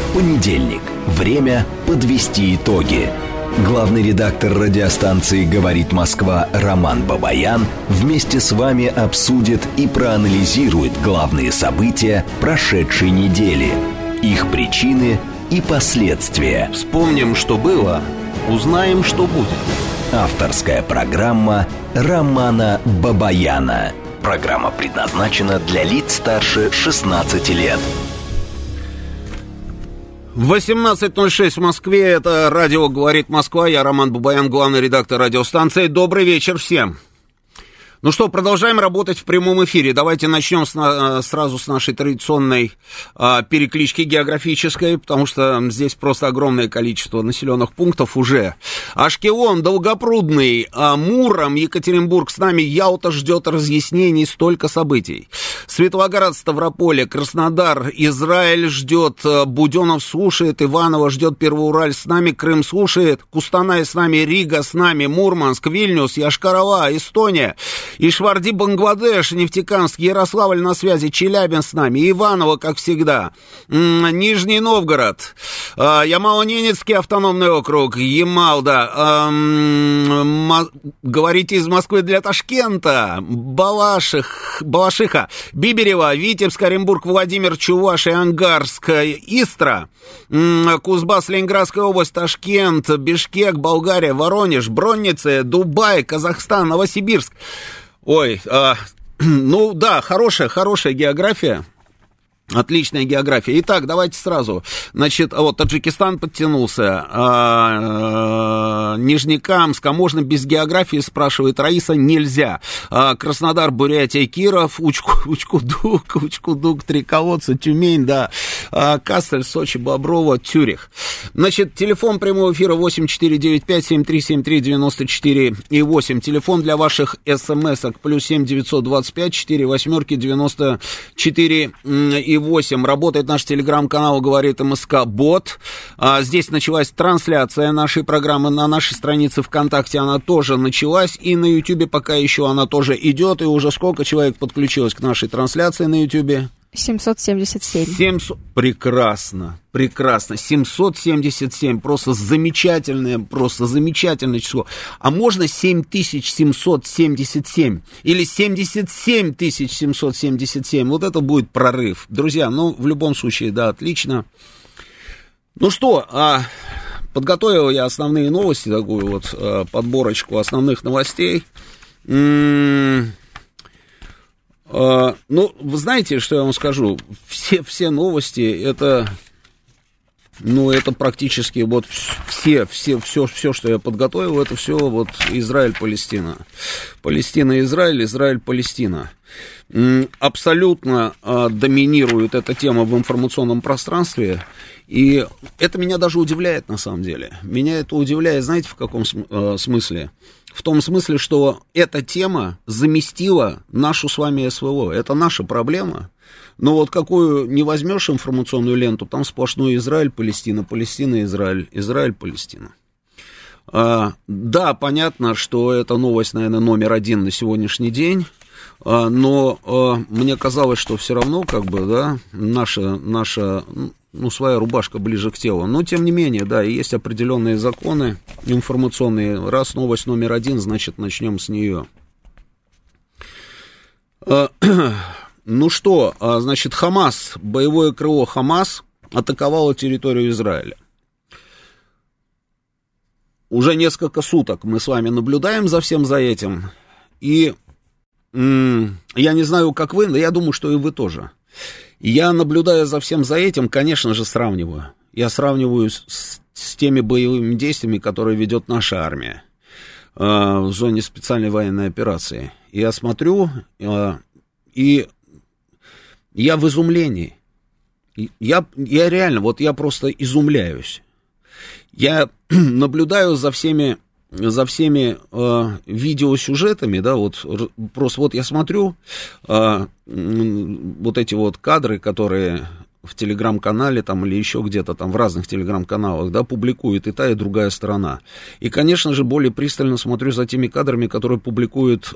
Понедельник. Время подвести итоги. Главный редактор радиостанции «Говорит Москва» Роман Бабаян вместе с вами обсудит и проанализирует главные события прошедшей недели, их причины и последствия. Вспомним, что было, узнаем, что будет. Авторская программа Романа Бабаяна. Программа предназначена для лиц старше 16 лет. 18:06 в Москве. Это радио «Говорит Москва». Я Роман Бабаян, главный редактор радиостанции. Добрый вечер всем. Ну что, продолжаем работать в прямом эфире. Давайте начнем сразу с нашей традиционной переклички географической, потому что здесь просто огромное количество населенных пунктов уже. Ашкелон, Долгопрудный, Муром, Екатеринбург с нами, Ялта ждет разъяснений, столько событий. Светлоград, Ставрополе, Краснодар, Израиль ждет, Буденов слушает, Иваново ждет, Первоураль с нами, Крым слушает, Кустанай с нами, Рига с нами, Мурманск, Вильнюс, Йошкар-Ола, Эстония, Ишварди, Бангладеш, Нефтекамск, Ярославль на связи, Челябинск с нами, Иваново, как всегда, Нижний Новгород, Ямало-Ненецкий автономный округ, Ямал, да, говорите из Москвы для Ташкента, Балашиха, Биберево, Витебск, Оренбург, Владимир, Чувашия, Ангарск, Истра, Кузбасс, Ленинградская область, Ташкент, Бишкек, Болгария, Воронеж, Бронницы, Дубай, Казахстан, Новосибирск. Ой, ну да, хорошая география. Отличная география. Итак, давайте сразу. Значит, вот Таджикистан подтянулся, Нижнекамск, а можно без географии, спрашивает Раиса, нельзя. Краснодар, Бурятия, Киров, Учкудук, Три колодца, Тюмень, да, Кассель, Сочи, Боброво, Тюрих. Значит, телефон прямого эфира 8495-7373-94 и 8. Телефон для ваших смс-ок +7 925 4 восьмерки 94 и 8. Работает наш телеграм-канал «Говорит МСК Бот». Здесь началась трансляция нашей программы на нашей странице ВКонтакте. Она тоже началась. И на Ютьюбе пока еще она тоже идет. И уже сколько человек подключилось к нашей трансляции на Ютьюбе? 777. Прекрасно. 777. Просто замечательное число. А можно 7777 или 77777. Вот это будет прорыв. Друзья, ну, в любом случае, да, отлично. Ну что, подготовил я основные новости, такую вот подборочку основных новостей. Ну, вы знаете, что я вам скажу? Все новости, это практически вот все, что я подготовил, это все вот Израиль-Палестина. Палестина-Израиль, Израиль-Палестина. Абсолютно доминирует эта тема в информационном пространстве, и это меня даже удивляет на самом деле. Меня это удивляет, знаете, в каком смысле? В том смысле, что эта тема заместила нашу с вами СВО. Это наша проблема. Но вот какую не возьмешь информационную ленту, там сплошной Израиль, Палестина, Палестина, Израиль, Израиль, Палестина. Да, понятно, что это новость, наверное, номер один на сегодняшний день. Но мне казалось, что все равно, как бы, да, наша своя рубашка ближе к телу. Но, тем не менее, да, есть определенные законы информационные. Раз новость номер один, значит, начнем с нее. Ну что, значит, Хамас, боевое крыло Хамас атаковало территорию Израиля. Уже несколько суток мы с вами наблюдаем за всем за этим. И я не знаю, как вы, но я думаю, что и вы тоже. Я, наблюдая за всем за этим, конечно же, сравниваю. Я сравниваю с теми боевыми действиями, которые ведет наша армия в зоне специальной военной операции. Я смотрю, и я в изумлении. Я реально, вот я просто изумляюсь. Я наблюдаю за всеми видеосюжетами, да, вот просто вот я смотрю вот эти вот кадры, которые в телеграм-канале там или еще где-то там в разных телеграм-каналах, да, публикует и та, и другая сторона. И, конечно же, более пристально смотрю за теми кадрами, которые публикует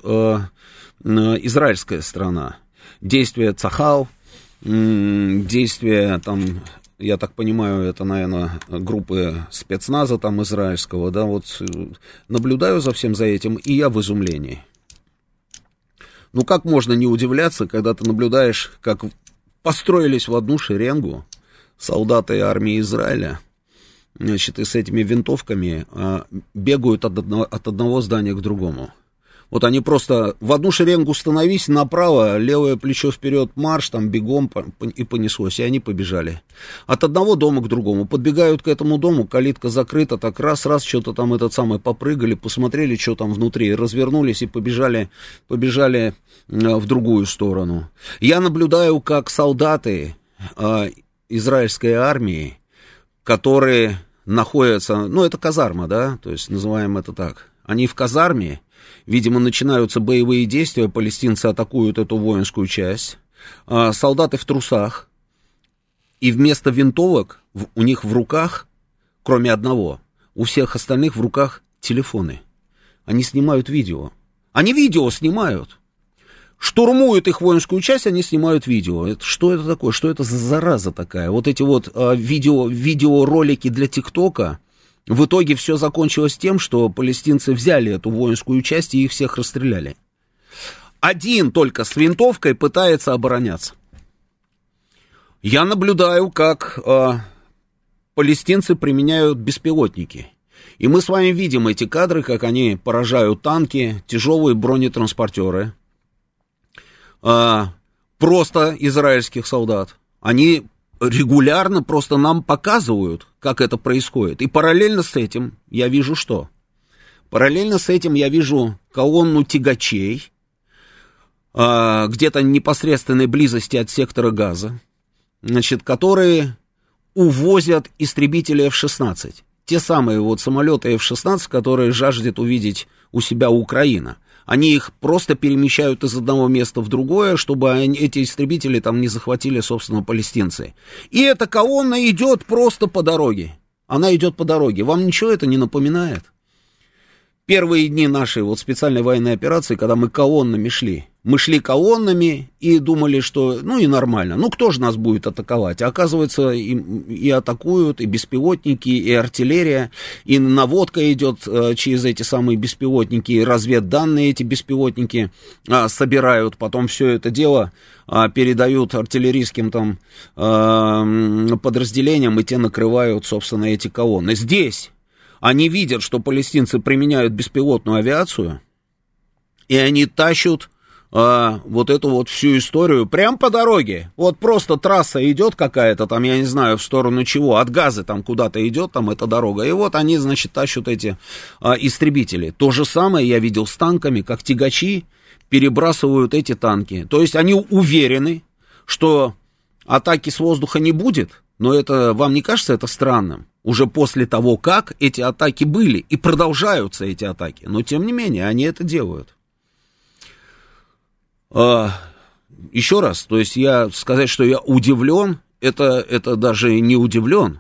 израильская сторона. Действия Цахал, действия там я так понимаю, это, наверное, группы спецназа там израильского, да, вот наблюдаю за всем за этим, и я в изумлении. Ну, как можно не удивляться, когда ты наблюдаешь, как построились в одну шеренгу солдаты армии Израиля, значит, и с этими винтовками бегают от одного здания к другому. Вот они просто в одну шеренгу становись, направо, левое плечо вперед, марш, там бегом, и понеслось, и они побежали. От одного дома к другому. Подбегают к этому дому, калитка закрыта, так раз, что-то там попрыгали, посмотрели, что там внутри, развернулись и побежали в другую сторону. Я наблюдаю, как солдаты израильской армии, которые находятся, ну, это казарма, да, то есть называем это так, они в казарме. Видимо, начинаются боевые действия, палестинцы атакуют эту воинскую часть, солдаты в трусах, и вместо винтовок у них в руках, кроме одного, у всех остальных в руках телефоны. Они снимают видео. Они видео снимают. Штурмуют их воинскую часть, они снимают видео. Что это такое? Что это за зараза такая? Вот эти вот видеоролики для ТикТока. В итоге все закончилось тем, что палестинцы взяли эту воинскую часть и их всех расстреляли. Один только с винтовкой пытается обороняться. Я наблюдаю, как палестинцы применяют беспилотники. И мы с вами видим эти кадры, как они поражают танки, тяжелые бронетранспортеры. Просто израильских солдат. Они регулярно просто нам показывают, как это происходит. И параллельно с этим я вижу что? Параллельно с этим я вижу колонну тягачей, где-то в непосредственной близости от сектора Газа, значит, которые увозят истребители F-16. Те самые вот самолеты F-16, которые жаждет увидеть у себя Украина. Они их просто перемещают из одного места в другое, чтобы эти истребители там не захватили, собственно, палестинцы. И эта колонна идет просто по дороге. Она идет по дороге. Вам ничего это не напоминает? Первые дни нашей вот специальной военной операции, когда мы колоннами шли. Мы шли колоннами и думали, что, ну и нормально, ну кто же нас будет атаковать? А оказывается, и атакуют, и беспилотники, и артиллерия, и наводка идет через эти самые беспилотники, и разведданные эти беспилотники собирают, потом все это дело передают артиллерийским там подразделениям, и те накрывают, собственно, эти колонны. Здесь они видят, что палестинцы применяют беспилотную авиацию, и они тащат вот эту вот всю историю прям по дороге. Вот просто трасса идет какая-то там, я не знаю, в сторону чего, от Газы там куда-то идет там эта дорога. И вот они, значит, тащат эти истребители. То же самое я видел с танками, как тягачи перебрасывают эти танки. То есть они уверены, что атаки с воздуха не будет, но это, вам не кажется это странным? Уже после того, как эти атаки были, и продолжаются эти атаки. Но, тем не менее, они это делают. Еще раз, то есть сказать, что я удивлен, это даже не удивлен.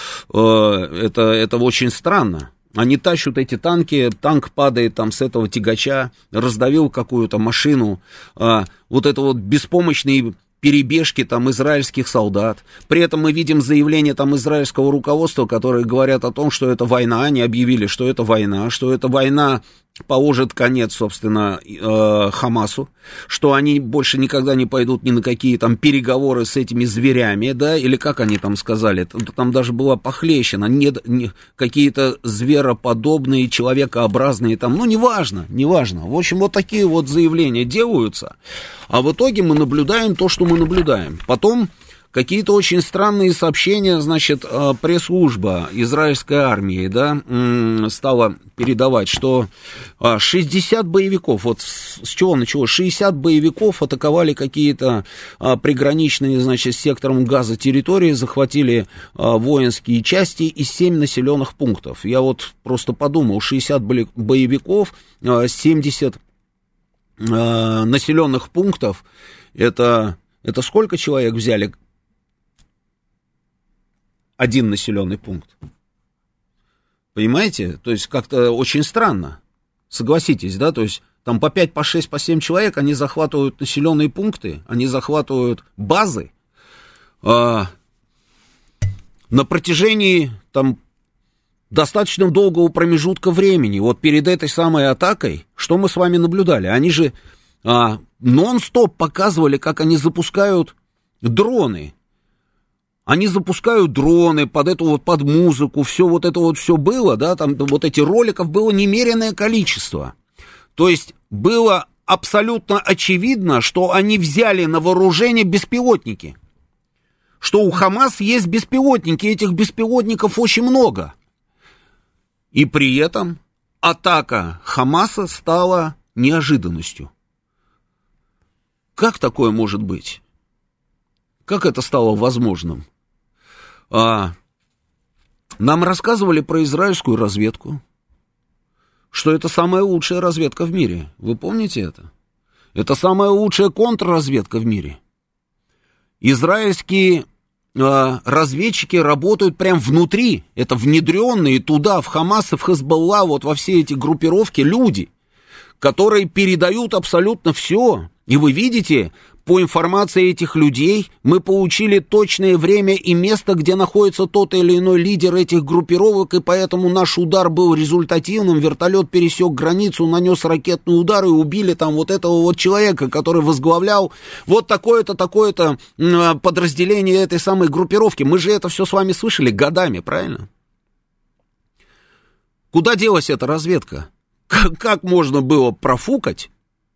Это очень странно. Они тащат эти танки, танк падает там с этого тягача, раздавил какую-то машину, вот это вот беспомощный перебежки там израильских солдат. При этом мы видим заявления там израильского руководства, которые говорят о том, что это война. Они объявили, что это война положит конец, собственно, Хамасу, что они больше никогда не пойдут ни на какие там переговоры с этими зверями, да, или как они там сказали, там даже была похлещена, какие-то звероподобные, человекообразные там, ну, неважно. В общем, вот такие вот заявления делаются, а в итоге мы наблюдаем то, что мы наблюдаем. Потом какие-то очень странные сообщения, значит, пресс-служба израильской армии, да, стала передавать, что 60 боевиков, вот с чего началось, 60 боевиков атаковали какие-то приграничные, значит, с сектором Газа территории, захватили воинские части и 7 населенных пунктов. Я вот просто подумал, 60 боевиков, 70 населенных пунктов, это сколько человек взяли? Один населенный пункт. Понимаете? То есть как-то очень странно. Согласитесь, да? То есть там по 5, по 6, по 7 человек, они захватывают населенные пункты, они захватывают базы. на протяжении там достаточно долгого промежутка времени, вот перед этой самой атакой, что мы с вами наблюдали? Они же нон-стоп показывали, как они запускают дроны. Они запускают дроны под эту вот, под музыку, все вот это вот все было, да, там вот эти роликов было немереное количество. То есть было абсолютно очевидно, что они взяли на вооружение беспилотники. Что у Хамас есть беспилотники, этих беспилотников очень много. И при этом атака Хамаса стала неожиданностью. Как такое может быть? Как это стало возможным? Нам рассказывали про израильскую разведку, что это самая лучшая разведка в мире. Вы помните это? Это самая лучшая контрразведка в мире. Израильские разведчики работают прямо внутри. Это внедренные туда, в Хамас и в Хезболла, вот во все эти группировки люди, которые передают абсолютно все. И вы видите, по информации этих людей, мы получили точное время и место, где находится тот или иной лидер этих группировок, и поэтому наш удар был результативным. Вертолет пересек границу, нанес ракетный удар, и убили там вот этого вот человека, который возглавлял вот такое-то подразделение этой самой группировки. Мы же это все с вами слышали годами, правильно? Куда делась эта разведка? Как можно было профукать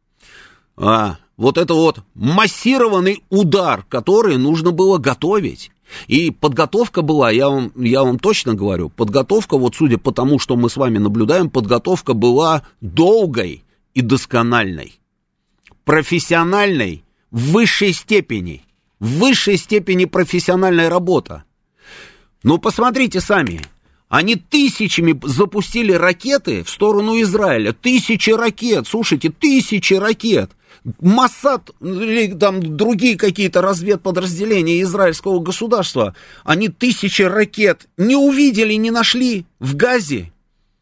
вот это вот массированный удар, который нужно было готовить? И подготовка была, я вам точно говорю, подготовка, вот судя по тому, что мы с вами наблюдаем, подготовка была долгой и доскональной, профессиональной, в высшей степени профессиональная работа. Ну, посмотрите сами. Они тысячами запустили ракеты в сторону Израиля. Тысячи ракет, слушайте, тысячи ракет. Моссад или там другие какие-то разведподразделения израильского государства, они тысячи ракет не увидели, не нашли в Газе.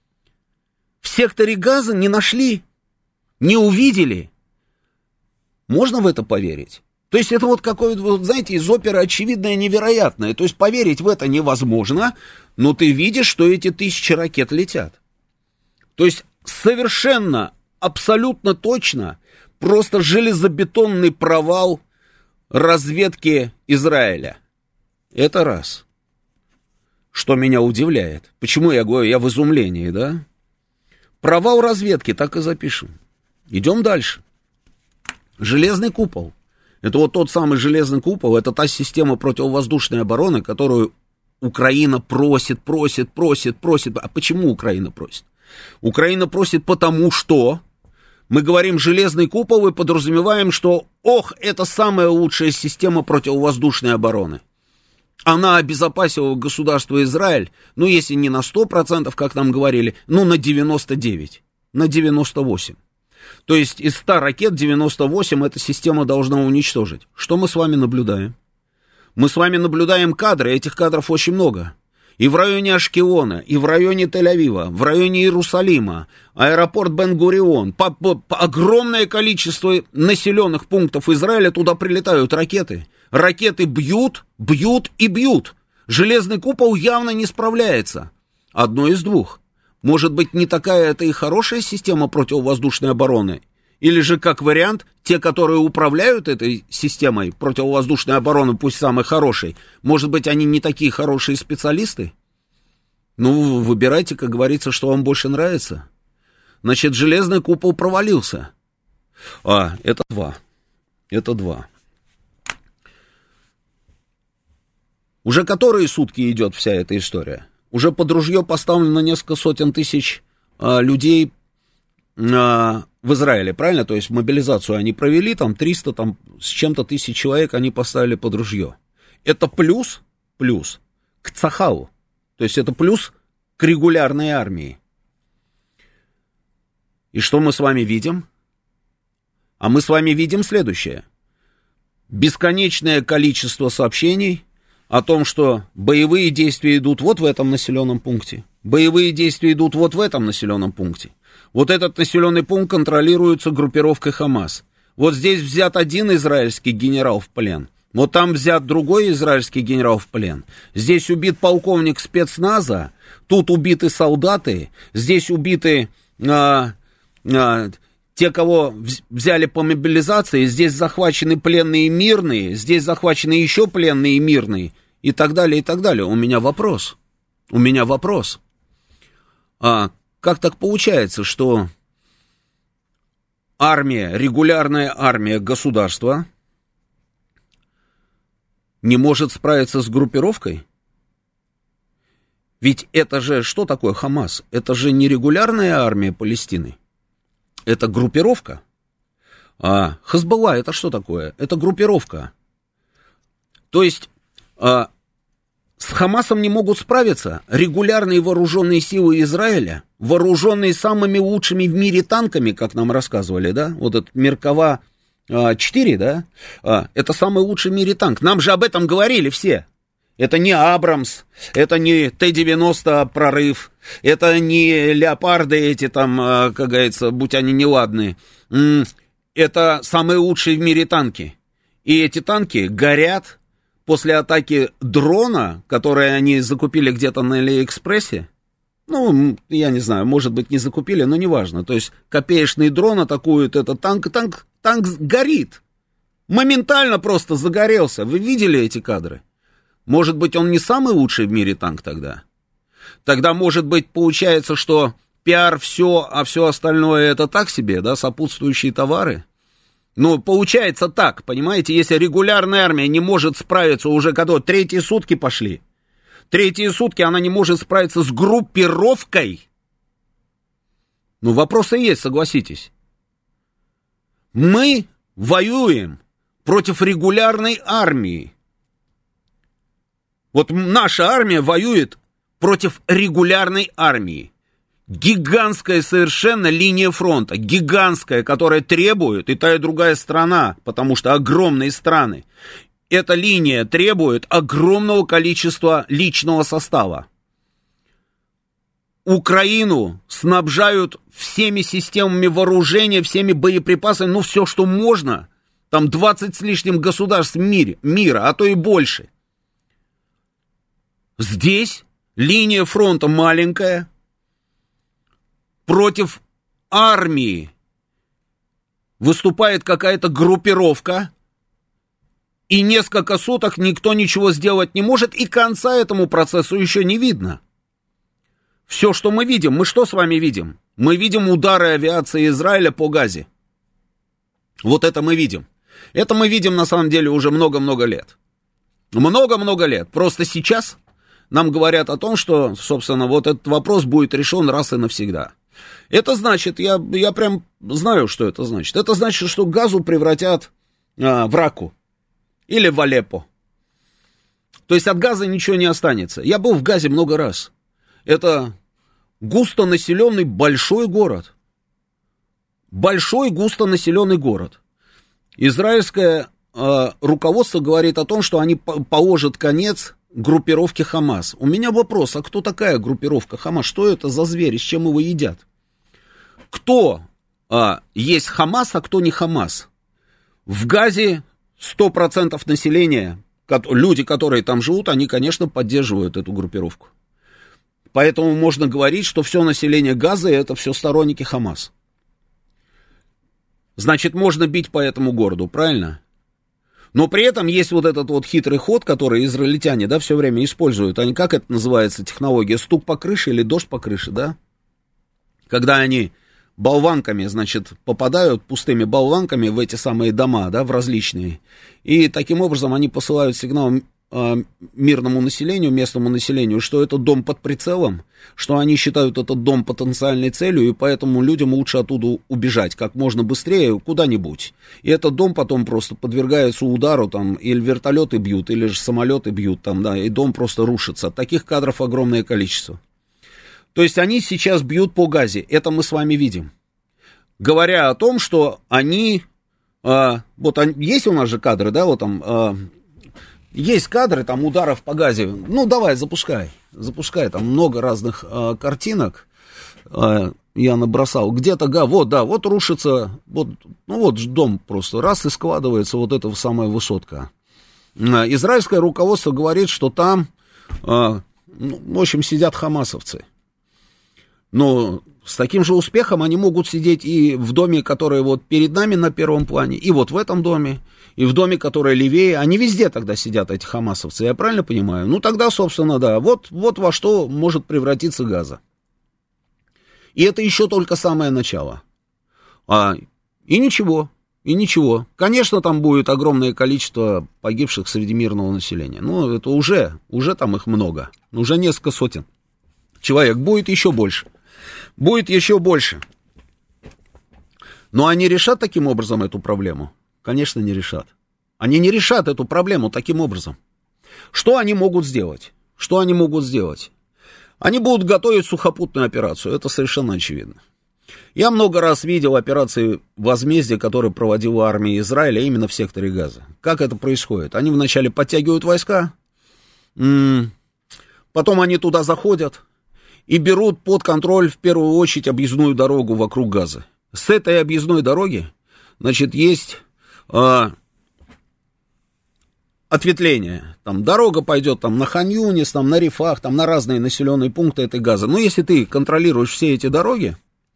В секторе Газа не нашли, не увидели. Можно в это поверить? То есть это вот какое-то, знаете, из оперы очевидное невероятное. То есть поверить в это невозможно, но ты видишь, что эти тысячи ракет летят. То есть совершенно, абсолютно точно, просто железобетонный провал разведки Израиля. Это раз. Что меня удивляет. Почему я говорю, я в изумлении, да? Провал разведки, так и запишем. Идем дальше. Железный купол. Это вот тот самый железный купол, это та система противовоздушной обороны, которую Украина просит. А почему Украина просит? Украина просит потому, что мы говорим железный купол и подразумеваем, что, это самая лучшая система противовоздушной обороны. Она обезопасила государство Израиль, если не на 100%, как нам говорили, на 99%, на 98%. То есть из 100 ракет 98 эта система должна уничтожить. Что мы с вами наблюдаем? Мы с вами наблюдаем кадры, этих кадров очень много. И в районе Ашкелона, и в районе Тель-Авива, в районе Иерусалима, аэропорт Бен-Гурион, огромное количество населенных пунктов Израиля, туда прилетают ракеты. Ракеты бьют. Железный купол явно не справляется. Одно из двух. Может быть, не такая это и хорошая система противовоздушной обороны? Или же, как вариант, те, которые управляют этой системой противовоздушной обороны, пусть самой хорошей, может быть, они не такие хорошие специалисты? Выбирайте, как говорится, что вам больше нравится. Значит, железный купол провалился. Это два. Уже которые сутки идет вся эта история? Уже под ружье поставлено несколько сотен тысяч людей в Израиле, правильно? То есть мобилизацию они провели, там 300 с чем-то тысяч человек они поставили под ружье. Это плюс к Цахалу. То есть это плюс к регулярной армии. И что мы с вами видим? А мы с вами видим следующее. Бесконечное количество сообщений о том, что боевые действия идут вот в этом населенном пункте. Боевые действия идут вот в этом населенном пункте. Вот этот населенный пункт контролируется группировкой Хамас. Вот здесь взят один израильский генерал в плен. Вот там взят другой израильский генерал в плен. Здесь убит полковник спецназа, тут убиты солдаты, здесь убиты те, кого взяли по мобилизации, здесь захвачены пленные мирные, здесь захвачены еще пленные мирные, и так далее, и так далее. У меня вопрос. Как так получается, что армия, регулярная армия государства не может справиться с группировкой? Ведь это же, что такое Хамас? Это же не регулярная армия Палестины. Это группировка. Хезболла это что такое? Это группировка. То есть с Хамасом не могут справиться регулярные вооруженные силы Израиля, вооруженные самыми лучшими в мире танками, как нам рассказывали, да? Вот этот Меркава 4, да? Это самый лучший в мире танк. Нам же об этом говорили все. Это не Абрамс, это не Т-90 прорыв, это не леопарды эти там, как говорится, будь они неладные. Это самые лучшие в мире танки. И эти танки горят после атаки дрона, который они закупили где-то на Алиэкспрессе. Ну, я не знаю, может быть, не закупили, но неважно. То есть копеечный дрон атакует этот танк, танк горит. Моментально просто загорелся. Вы видели эти кадры? Может быть, он не самый лучший в мире танк тогда? Тогда, может быть, получается, что пиар все, а все остальное это так себе, да, сопутствующие товары? Ну, получается так, понимаете, если регулярная армия не может справиться уже, когда третьи сутки пошли, третьи сутки она не может справиться с группировкой. Ну, вопросы есть, согласитесь. Мы воюем против регулярной армии. Вот наша армия воюет против регулярной армии. Гигантская совершенно линия фронта, гигантская, которая требует, и та, и другая страна, потому что огромные страны, эта линия требует огромного количества личного состава. Украину снабжают всеми системами вооружения, всеми боеприпасами, ну все, что можно. Там 20 с лишним государств мира, а то и больше. Здесь линия фронта маленькая, против армии выступает какая-то группировка, и несколько суток никто ничего сделать не может, и конца этому процессу еще не видно. Все, что мы видим, мы что с вами видим? Мы видим удары авиации Израиля по Газе. Вот это мы видим. Это мы видим на самом деле уже много-много лет. Много-много лет. Просто сейчас нам говорят о том, что, собственно, вот этот вопрос будет решен раз и навсегда. Это значит, я прям знаю, что это значит. Это значит, что Газу превратят в Раку или в Алеппо. То есть от Газа ничего не останется. Я был в Газе много раз. Это густонаселенный большой город. Большой густонаселенный город. Израильское руководство говорит о том, что они положат конец группировке Хамас. У меня вопрос, а кто такая группировка Хамас? Что это за звери, с чем его едят? Кто есть Хамас, а кто не Хамас? В Газе 100% населения, люди, которые там живут, они, конечно, поддерживают эту группировку. Поэтому можно говорить, что все население Газа это все сторонники Хамас. Значит, можно бить по этому городу, правильно? Но при этом есть вот этот вот хитрый ход, который израильтяне, да, все время используют. Они, как это называется, технология, стук по крыше или дождь по крыше, да? Когда они болванками, значит, попадают пустыми болванками в эти самые дома, да, в различные. И таким образом они посылают сигнал мирному населению, местному населению, что этот дом под прицелом, что они считают этот дом потенциальной целью, и поэтому людям лучше оттуда убежать как можно быстрее куда-нибудь. И этот дом потом просто подвергается удару, там, или вертолеты бьют, или же самолеты бьют, там, да, и дом просто рушится. Таких кадров огромное количество. То есть они сейчас бьют по Газе, это мы с вами видим. Говоря о том, что они, есть у нас же кадры, да, вот там, есть кадры, там, ударов по Газе. Ну, давай, запускай, там много разных картинок я набросал. Где-то, вот рушится, вот, ну, вот дом просто раз и складывается вот эта самая высотка. израильское руководство говорит, что там, в общем, сидят хамасовцы. Но с таким же успехом они могут сидеть и в доме, который вот перед нами на первом плане, и вот в этом доме, и в доме, который левее. Они везде тогда сидят, эти хамасовцы, я правильно понимаю? Ну, тогда, собственно, да, вот во что может превратиться Газа. И это еще только самое начало. И ничего. Конечно, там будет огромное количество погибших среди мирного населения. Ну, это уже там их много. Уже несколько сотен человек. Будет еще больше. Но они решат таким образом эту проблему? Конечно, не решат. Они не решат эту проблему таким образом. Что они могут сделать? Они будут готовить сухопутную операцию. Это совершенно очевидно. Я много раз видел операции возмездия, которые проводила армия Израиля именно в секторе Газа. Как это происходит? Они вначале подтягивают войска, потом они туда заходят и берут под контроль в первую очередь объездную дорогу вокруг Газы. С этой объездной дороги, значит, есть ответвление. Там дорога пойдет там, на Хан-Юнис, там, на Рифах, там, на разные населенные пункты этой Газы. Но если ты контролируешь все эти дороги,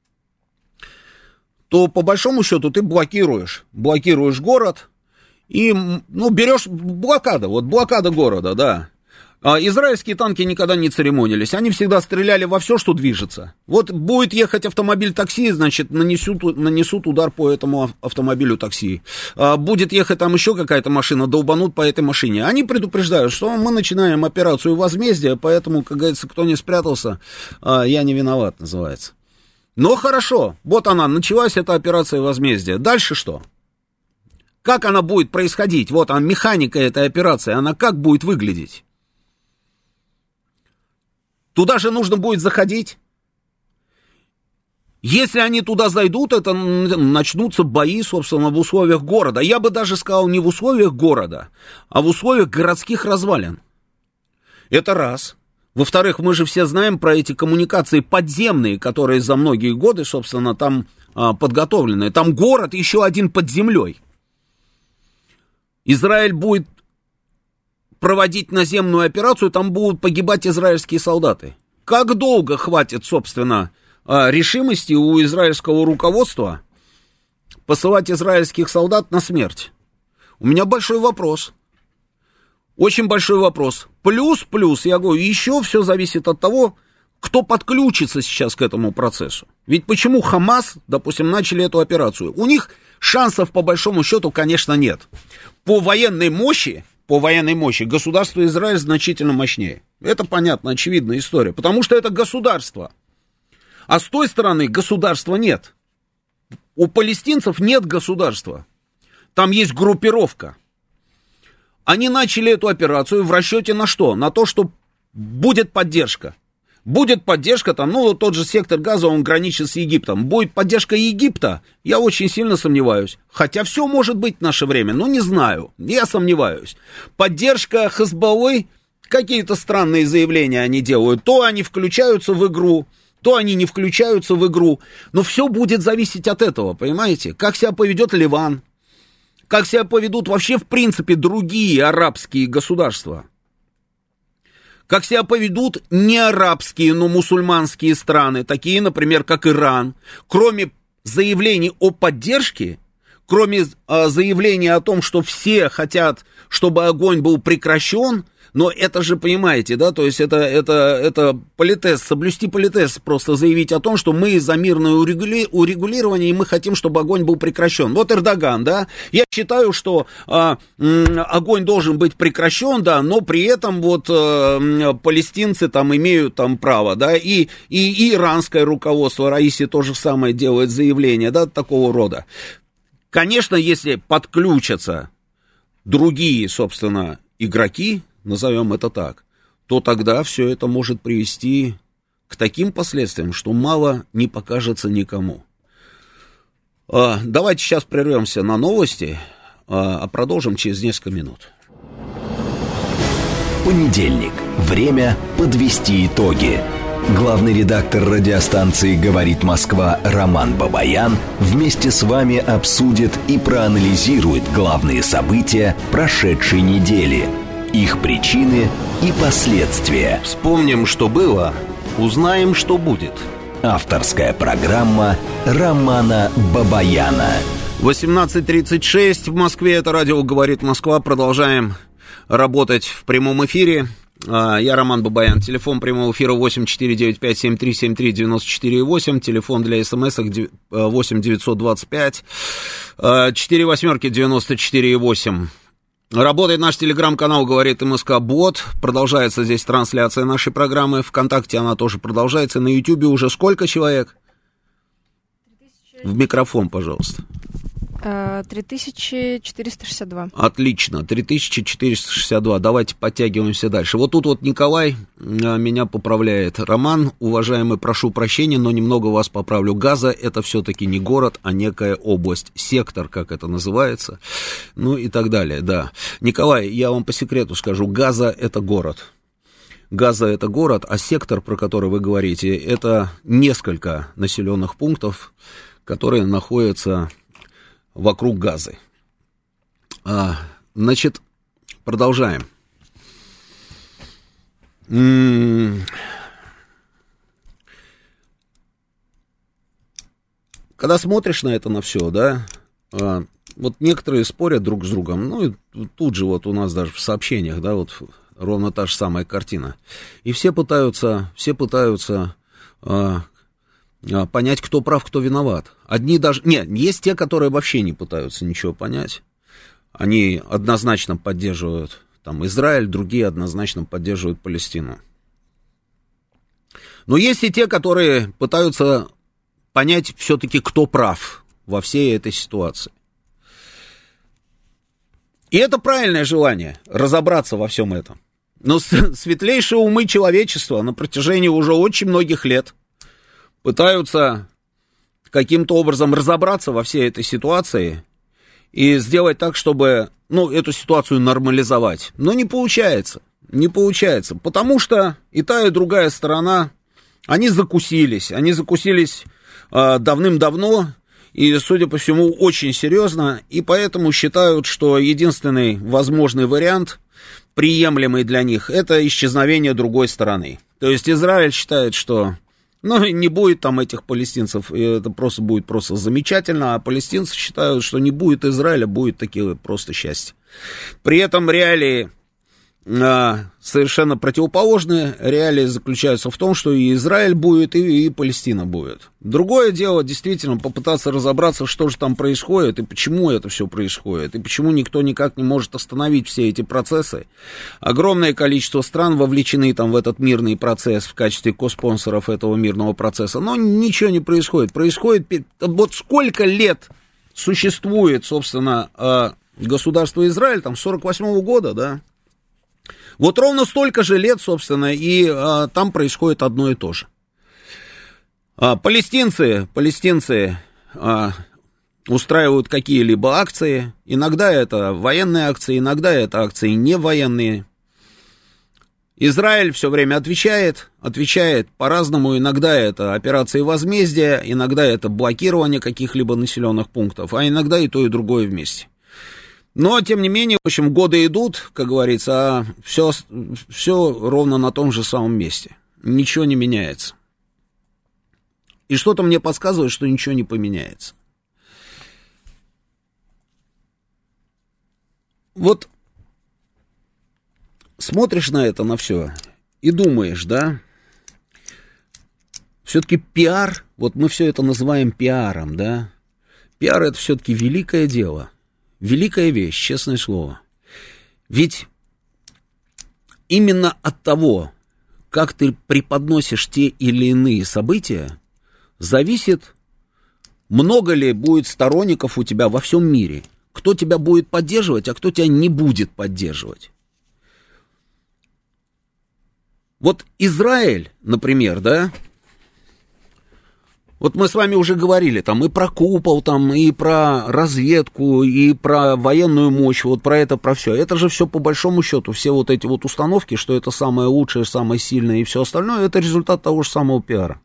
то по большому счету ты блокируешь город и, берешь блокада города, да. Израильские танки никогда не церемонились, они всегда стреляли во все, что движется. Вот будет ехать автомобиль такси, значит, нанесут удар по этому автомобилю такси. Будет ехать там еще какая-то машина, долбанут по этой машине. Они предупреждают, что мы начинаем операцию возмездия, поэтому, как говорится, кто не спрятался, я не виноват, называется. Но хорошо, вот она, началась эта операция возмездия. Дальше что? Как она будет происходить? Вот она, механика этой операции, она как будет выглядеть? Туда же нужно будет заходить. Если они туда зайдут, это начнутся бои, собственно, в условиях города. Я бы даже сказал, не в условиях города, а в условиях городских развалин. Это раз. Во-вторых, мы же все знаем про эти коммуникации подземные, которые за многие годы, собственно, там подготовлены. Там город еще один под землей. Израиль будет проводить наземную операцию, там будут погибать израильские солдаты. Как долго хватит, собственно, решимости у израильского руководства посылать израильских солдат на смерть? У меня большой вопрос. Очень большой вопрос. Плюс, я говорю, еще все зависит от того, кто подключится сейчас к этому процессу. Ведь почему Хамас, допустим, начали эту операцию? У них шансов, по большому счету, конечно, нет. По военной мощи государство Израиль значительно мощнее. Это понятно, очевидная история. Потому что это государство. А с той стороны государства нет. У палестинцев нет государства. Там есть группировка. Они начали эту операцию в расчете на что? На то, что будет поддержка. Будет поддержка, там, тот же сектор Газа, он граничит с Египтом. Будет поддержка Египта? Я очень сильно сомневаюсь. Хотя все может быть в наше время, но не знаю. Я сомневаюсь. Поддержка Хезболлы, какие-то странные заявления они делают. То они включаются в игру, то они не включаются в игру. Но все будет зависеть от этого, понимаете? Как себя поведет Ливан, как себя поведут вообще, в принципе, другие арабские государства. Как себя поведут не арабские, но мусульманские страны, такие, например, как Иран. Кроме заявлений о поддержке, кроме заявления о том, что все хотят, чтобы огонь был прекращен, но это же, понимаете, да, то есть это политез, соблюсти политез, просто заявить о том, что мы за мирное урегулирование, и мы хотим, чтобы огонь был прекращен. Вот Эрдоган, да, я считаю, что огонь должен быть прекращен, да, но при этом вот палестинцы там имеют там право, да, и иранское руководство, Раиси то же самое делает заявление, да, такого рода. Конечно, если подключатся другие, собственно, игроки, назовем это так, то тогда все это может привести к таким последствиям, что мало не покажется никому. Давайте сейчас прервемся на новости, а продолжим через несколько минут. Понедельник. Время подвести итоги. Главный редактор радиостанции «Говорит Москва» Роман Бабаян вместе с вами обсудит и проанализирует главные события прошедшей недели, их причины и последствия. Вспомним, что было, узнаем, что будет. Авторская программа Романа Бабаяна. 18:36 в Москве. Это радио «Говорит Москва». Продолжаем работать в прямом эфире. Я Роман Бабаян. Телефон прямого эфира 8495-7373-94,8. Телефон для смс-ок 8-925 4-8-94,8. Работает наш телеграм-канал «Говорит МСК Бот». Продолжается здесь трансляция нашей программы. ВКонтакте она тоже продолжается. На Ютьюбе уже сколько человек? 3000... В микрофон, пожалуйста. 3462. Отлично, 3462. Давайте подтягиваемся дальше. Вот тут вот Николай меня поправляет. Роман, уважаемый, прошу прощения, но немного вас поправлю. Газа — это все-таки не город, а некая область, сектор, как это называется, ну и так далее, да. Николай, я вам по секрету скажу, Газа — это город. Газа — это город, а сектор, про который вы говорите, это несколько населенных пунктов, которые находятся вокруг Газы. Значит, продолжаем. Когда смотришь на это, на все, да, вот некоторые спорят друг с другом, ну, и тут же вот у нас даже в сообщениях, да, вот ровно та же самая картина. И все пытаются понять, кто прав, кто виноват. Одни даже... Нет, есть те, которые вообще не пытаются ничего понять. Они однозначно поддерживают там Израиль, другие однозначно поддерживают Палестину. Но есть и те, которые пытаются понять все-таки, кто прав во всей этой ситуации. И это правильное желание разобраться во всем этом. Но светлейшие умы человечества на протяжении уже очень многих лет пытаются каким-то образом разобраться во всей этой ситуации и сделать так, чтобы, ну, эту ситуацию нормализовать. Но не получается, потому что и та, и другая сторона, они закусились давным-давно, и, судя по всему, очень серьезно, и поэтому считают, что единственный возможный вариант, приемлемый для них, это исчезновение другой стороны. То есть Израиль считает, что не будет там этих палестинцев, и это будет просто замечательно, а палестинцы считают, что не будет Израиля, будет такие просто счастье. При этом реалии совершенно противоположные. Реалии заключаются в том, что и Израиль будет, и Палестина будет. Другое дело, действительно, попытаться разобраться, что же там происходит, и почему это все происходит, и почему никто никак не может остановить все эти процессы. Огромное количество стран вовлечены там в этот мирный процесс в качестве коспонсоров этого мирного процесса, но ничего не происходит. Вот сколько лет существует, собственно, государство Израиль, там, с 48-го года, да? Вот ровно столько же лет, собственно, и там происходит одно и то же. Палестинцы устраивают какие-либо акции. Иногда это военные акции, иногда это акции не военные. Израиль все время отвечает по-разному. Иногда это операции возмездия, иногда это блокирование каких-либо населенных пунктов, а иногда и то, и другое вместе. Но, тем не менее, в общем, годы идут, как говорится, а все ровно на том же самом месте. Ничего не меняется. И что-то мне подсказывает, что ничего не поменяется. Вот смотришь на это, на все, и думаешь, да, все-таки пиар, вот мы все это называем пиаром, да, пиар — это все-таки великое дело. Великая вещь, честное слово. Ведь именно от того, как ты преподносишь те или иные события, зависит, много ли будет сторонников у тебя во всем мире. Кто тебя будет поддерживать, а кто тебя не будет поддерживать. Вот Израиль, например, да, Вот мы с вами уже говорили там и про купол, там, и про разведку, и про военную мощь, вот про это, про все. Это же все по большому счету, все вот эти вот установки, что это самое лучшее, самое сильное и все остальное, это результат того же самого пиара.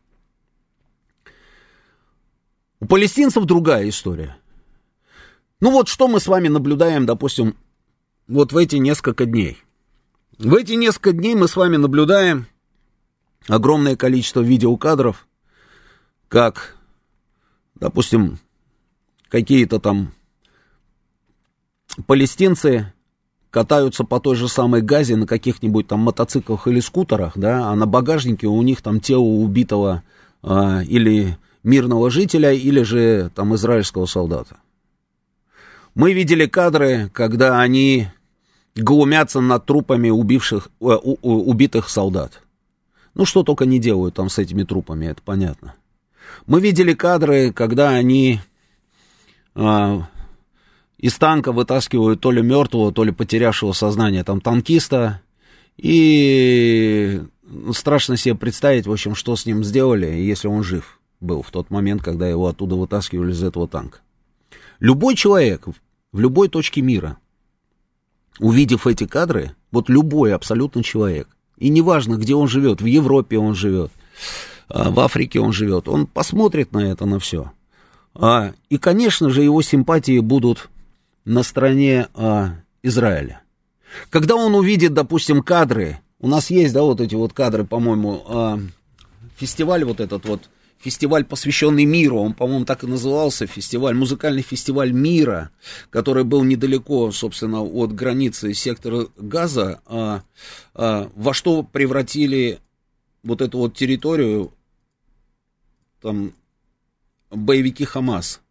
У палестинцев другая история. Ну вот что мы с вами наблюдаем, допустим, вот в эти несколько дней. В эти несколько дней мы с вами наблюдаем огромное количество видеокадров, как, допустим, какие-то там палестинцы катаются по той же самой Газе на каких-нибудь там мотоциклах или скутерах, да, а на багажнике у них там тело убитого или мирного жителя, или же там израильского солдата. Мы видели кадры, когда они глумятся над трупами убитых солдат. Ну, что только не делают там с этими трупами, это понятно. Мы видели кадры, когда они из танка вытаскивают то ли мертвого, то ли потерявшего сознание там танкиста. И страшно себе представить, в общем, что с ним сделали, если он жив был в тот момент, когда его оттуда вытаскивали из этого танка. Любой человек в любой точке мира, увидев эти кадры, вот любой абсолютно человек, и неважно, где он живет, в Европе он живет, в Африке он живет, он посмотрит на это, на все. И, конечно же, его симпатии будут на стороне Израиля. Когда он увидит, допустим, кадры, у нас есть, да, вот эти вот кадры, по-моему, фестиваль вот этот вот, фестиваль, посвященный миру, он, по-моему, так и назывался, фестиваль, музыкальный фестиваль мира, который был недалеко, собственно, от границы сектора Газа, во что превратили вот эту вот территорию, там, боевики Хамас.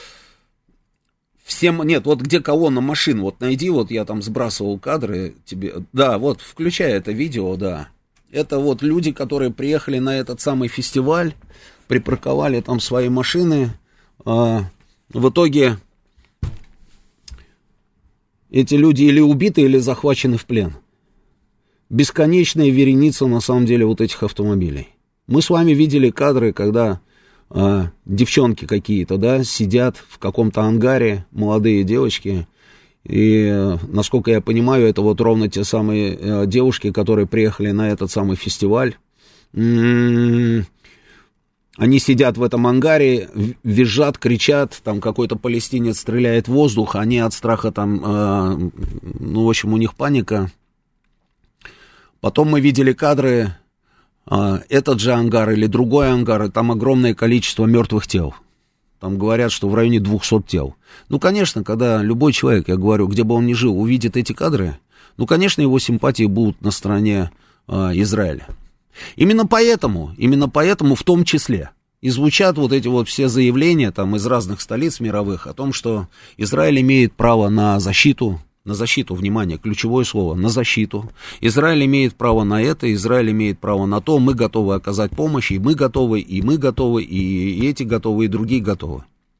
Всем, нет, вот где колонна машин, вот найди, вот я там сбрасывал кадры тебе, да, вот, включай это видео, да. Это вот люди, которые приехали на этот самый фестиваль, припарковали там свои машины, в итоге эти люди или убиты, или захвачены в плен. Бесконечная вереница, на самом деле, вот этих автомобилей. Мы с вами видели кадры, когда девчонки какие-то, да, сидят в каком-то ангаре, молодые девочки, и, насколько я понимаю, это вот ровно те самые девушки, которые приехали на этот самый фестиваль. Они сидят в этом ангаре, визжат, кричат, там какой-то палестинец стреляет в воздух, они от страха там, ну, в общем, у них паника. Потом мы видели кадры, этот же ангар или другой ангар, и там огромное количество мертвых тел. Там говорят, что в районе 200 тел. Ну, конечно, когда любой человек, я говорю, где бы он ни жил, увидит эти кадры, ну, конечно, его симпатии будут на стороне Израиля. Именно поэтому в том числе и звучат вот эти вот все заявления там из разных столиц мировых о том, что Израиль имеет право на защиту, внимание, ключевое слово, на защиту. Израиль имеет право на это, Израиль имеет право на то, мы готовы оказать помощь, и мы готовы, и эти готовы, и другие готовы.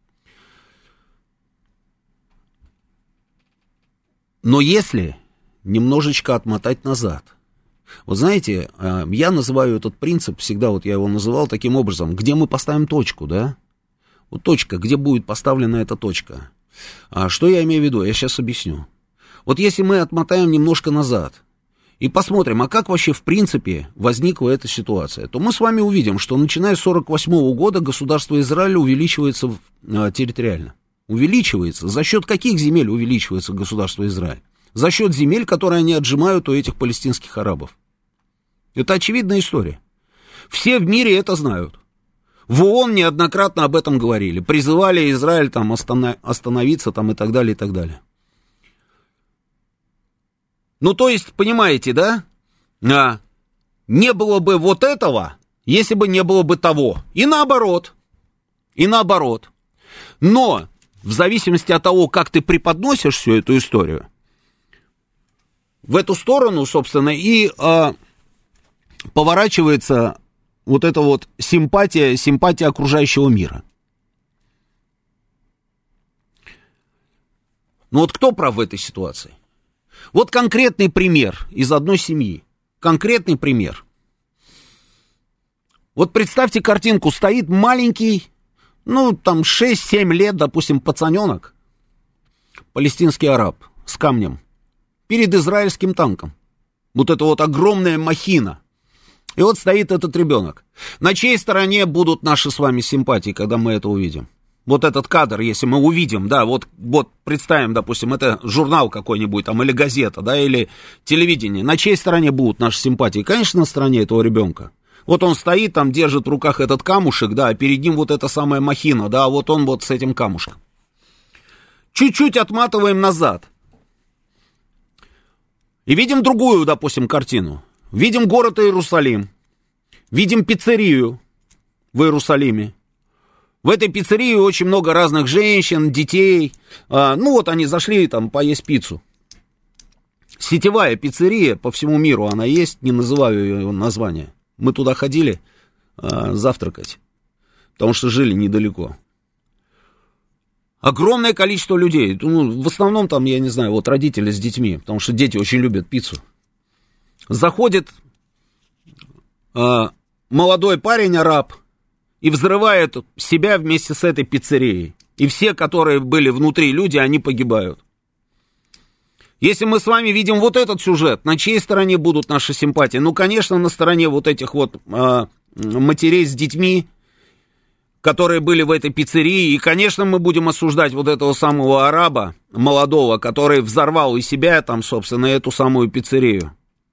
Но если немножечко отмотать назад, вот знаете, я называю этот принцип, всегда вот я его называл таким образом, где мы поставим точку, да? Вот точка, где будет поставлена эта точка. Что я имею в виду? Я сейчас объясню. Вот если мы отмотаем немножко назад и посмотрим, а как вообще в принципе возникла эта ситуация, то мы с вами увидим, что начиная с 1948 года государство Израиль увеличивается территориально. Увеличивается. За счет каких земель увеличивается государство Израиль? За счет земель, которые они отжимают у этих палестинских арабов. Это очевидная история. Все в мире это знают. В ООН неоднократно об этом говорили. Призывали Израиль там остановиться там, и так далее, и так далее. Ну, то есть, понимаете, да? Не было бы вот этого, если бы не было бы того. И наоборот. Но в зависимости от того, как ты преподносишь всю эту историю, в эту сторону, собственно, и поворачивается вот эта вот симпатия окружающего мира. Ну вот кто прав в этой ситуации? Вот конкретный пример из одной семьи. Конкретный пример. Вот представьте картинку, стоит маленький, ну, там, 6-7 лет, допустим, пацаненок, палестинский араб с камнем, перед израильским танком. Вот это вот огромная махина. И вот стоит этот ребенок. На чьей стороне будут наши с вами симпатии, когда мы это увидим? Вот этот кадр, если мы увидим, да, вот представим, допустим, это журнал какой-нибудь там, или газета, да, или телевидение. На чьей стороне будут наши симпатии? Конечно, на стороне этого ребенка. Вот он стоит там, держит в руках этот камушек, да, а перед ним вот эта самая махина, да, вот он вот с этим камушком. Чуть-чуть отматываем назад. И видим другую, допустим, картину. Видим город Иерусалим. Видим пиццерию в Иерусалиме. В этой пиццерии очень много разных женщин, детей. Ну вот они зашли там поесть пиццу. Сетевая пиццерия по всему миру она есть, не называю ее название. Мы туда ходили завтракать, потому что жили недалеко. Огромное количество людей. Ну, в основном там, я не знаю, вот родители с детьми, потому что дети очень любят пиццу. Заходит молодой парень, араб, и взрывает себя вместе с этой пиццерией. И все, которые были внутри люди, они погибают. Если мы с вами видим вот этот сюжет, на чьей стороне будут наши симпатии? Ну, конечно, на стороне вот этих вот матерей с детьми, которые были в этой пиццерии. И, конечно, мы будем осуждать вот этого самого араба молодого, который взорвал из себя там, собственно, эту самую пиццерию.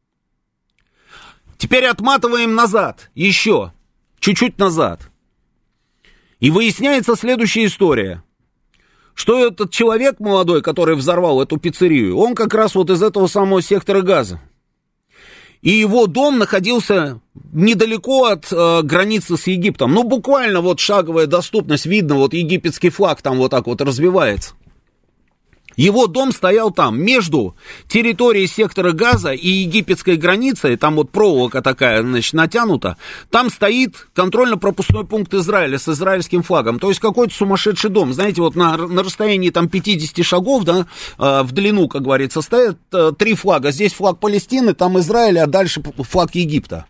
Теперь отматываем назад, еще, чуть-чуть назад. И выясняется следующая история, что этот человек молодой, который взорвал эту пиццерию, он как раз вот из этого самого сектора Газа. И его дом находился недалеко от границы с Египтом. Ну, буквально вот шаговая доступность, видно, вот египетский флаг там вот так вот развивается. Его дом стоял там, между территорией сектора Газа и египетской границей, там вот проволока такая, значит, натянута, там стоит контрольно-пропускной пункт Израиля с израильским флагом, то есть какой-то сумасшедший дом, знаете, вот на расстоянии там 50 шагов, да, в длину, как говорится, стоят 3 флага, здесь флаг Палестины, там Израиль, а дальше флаг Египта.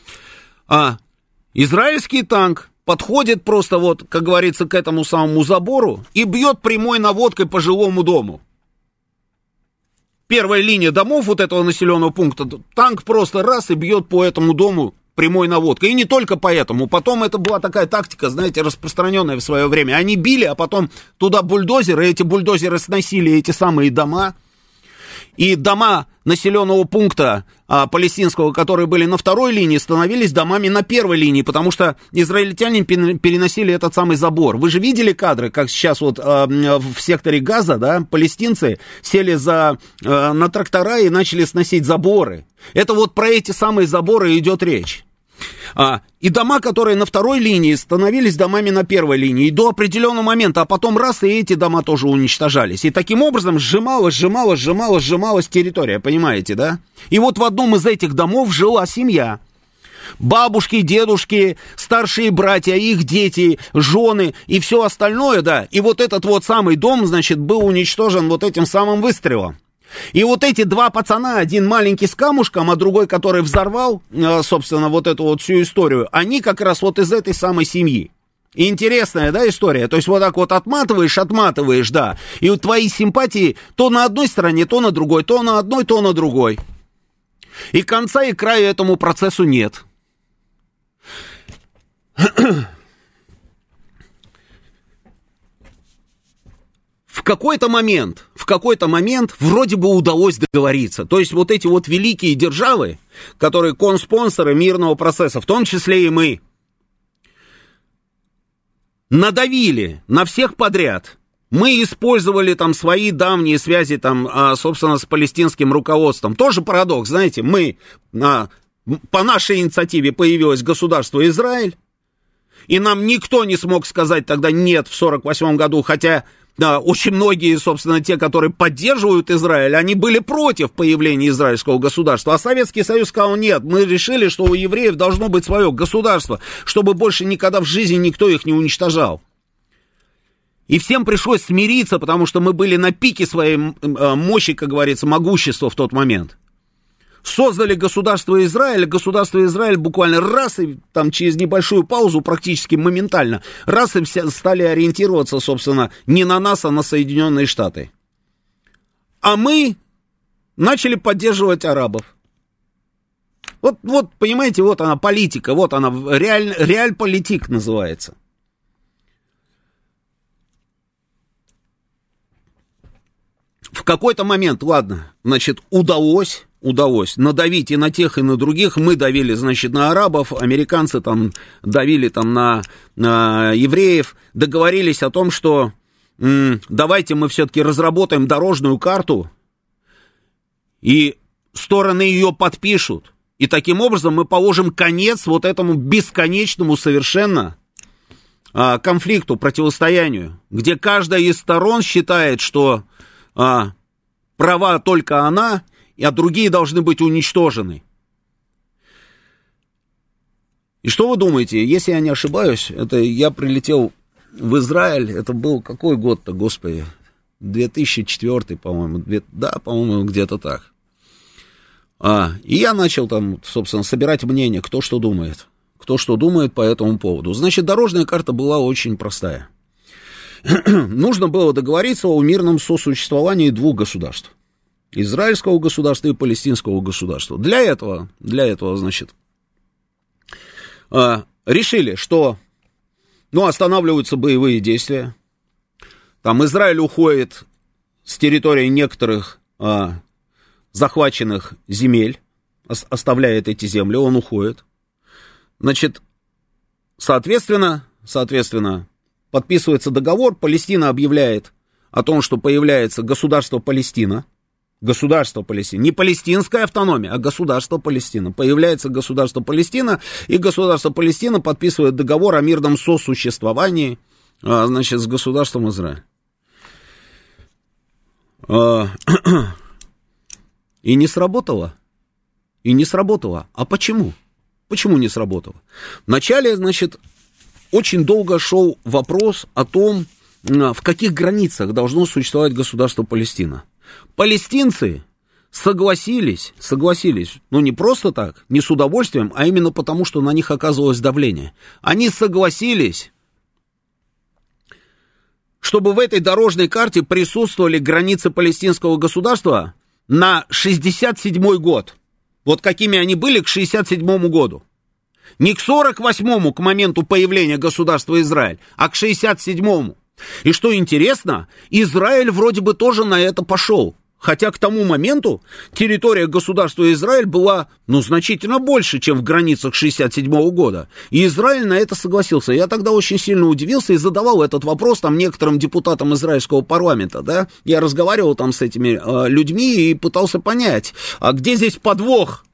Израильский танк подходит просто вот, как говорится, к этому самому забору и бьет прямой наводкой по жилому дому. Первая линия домов вот этого населенного пункта, танк просто раз и бьет по этому дому прямой наводкой. И не только поэтому. Потом это была такая тактика, знаете, распространенная в свое время. Они били, а потом туда бульдозеры, эти бульдозеры сносили эти самые дома. И дома населенного пункта палестинского, которые были на второй линии, становились домами на первой линии, потому что израильтяне переносили этот самый забор. Вы же видели кадры, как сейчас вот в секторе Газа, да, палестинцы сели на трактора и начали сносить заборы. Это вот про эти самые заборы идет речь. И дома, которые на второй линии, становились домами на первой линии. И до определенного момента, а потом раз, и эти дома тоже уничтожались. И таким образом сжималась территория, понимаете, да? И вот в одном из этих домов жила семья. Бабушки, дедушки, старшие братья, их дети, жены и все остальное, да. И вот этот вот самый дом, значит, был уничтожен вот этим самым выстрелом. И вот эти два пацана, один маленький с камушком, а другой, который взорвал, собственно, вот эту вот всю историю, они как раз вот из этой самой семьи. И интересная, да, история? То есть вот так вот отматываешь, да, и вот твои симпатии то на одной стороне, то на другой, то на одной, то на другой. И конца и края этому процессу нет. В какой-то момент вроде бы удалось договориться. То есть вот эти вот великие державы, которые конспонсоры мирного процесса, в том числе и мы, надавили на всех подряд. Мы использовали там свои давние связи там, собственно, с палестинским руководством. Тоже парадокс, знаете, по нашей инициативе появилось государство Израиль, и нам никто не смог сказать тогда нет в 1948 году, хотя... Да, очень многие, собственно, те, которые поддерживают Израиль, они были против появления израильского государства. А Советский Союз сказал, нет, мы решили, что у евреев должно быть свое государство, чтобы больше никогда в жизни никто их не уничтожал. И всем пришлось смириться, потому что мы были на пике своей мощи, как говорится, могущества в тот момент. создали государство Израиль буквально раз, и там через небольшую паузу, практически моментально, раз и все стали ориентироваться, собственно, не на нас, а на Соединенные Штаты. А мы начали поддерживать арабов. Вот, понимаете, вот она политика, вот она, реаль-политик называется. В какой-то момент, ладно, значит, удалось надавить и на тех, и на других. Мы давили, значит, на арабов, американцы там давили там на евреев, договорились о том, что давайте мы все-таки разработаем дорожную карту, и стороны ее подпишут. И таким образом мы положим конец вот этому бесконечному совершенно конфликту, противостоянию, где каждая из сторон считает, что права только она, а другие должны быть уничтожены. И что вы думаете, если я не ошибаюсь, это я прилетел в Израиль, это был какой год-то, господи, 2004, по-моему, да, по-моему, где-то так. И я начал там, собственно, собирать мнение, кто что думает по этому поводу. Значит, дорожная карта была очень простая. Нужно было договориться о мирном сосуществовании двух государств. Израильского государства и палестинского государства. Для этого, значит, решили, что, останавливаются боевые действия. Там Израиль уходит с территории некоторых захваченных земель, оставляет эти земли, он уходит. Значит, соответственно, подписывается договор, Палестина объявляет о том, что появляется государство Палестина. Не палестинская автономия, а государство Палестина. Появляется государство Палестина, и государство Палестина подписывает договор о мирном сосуществовании, значит, с государством Израиль. И не сработало. А почему? Почему не сработало? Вначале, значит, очень долго шел вопрос о том, в каких границах должно существовать государство Палестина. Палестинцы согласились, не просто так, не с удовольствием, а именно потому, что на них оказывалось давление. Они согласились, чтобы в этой дорожной карте присутствовали границы палестинского государства на 67-й год. Вот какими они были к 67-му году. Не к 48-му, к моменту появления государства Израиль, а к 67-му. И что интересно, Израиль вроде бы тоже на это пошел. Хотя к тому моменту территория государства Израиль была, значительно больше, чем в границах 67-го года. И Израиль на это согласился. Я тогда очень сильно удивился и задавал этот вопрос там некоторым депутатам израильского парламента, да. Я разговаривал там с этими людьми и пытался понять, а где здесь подвох?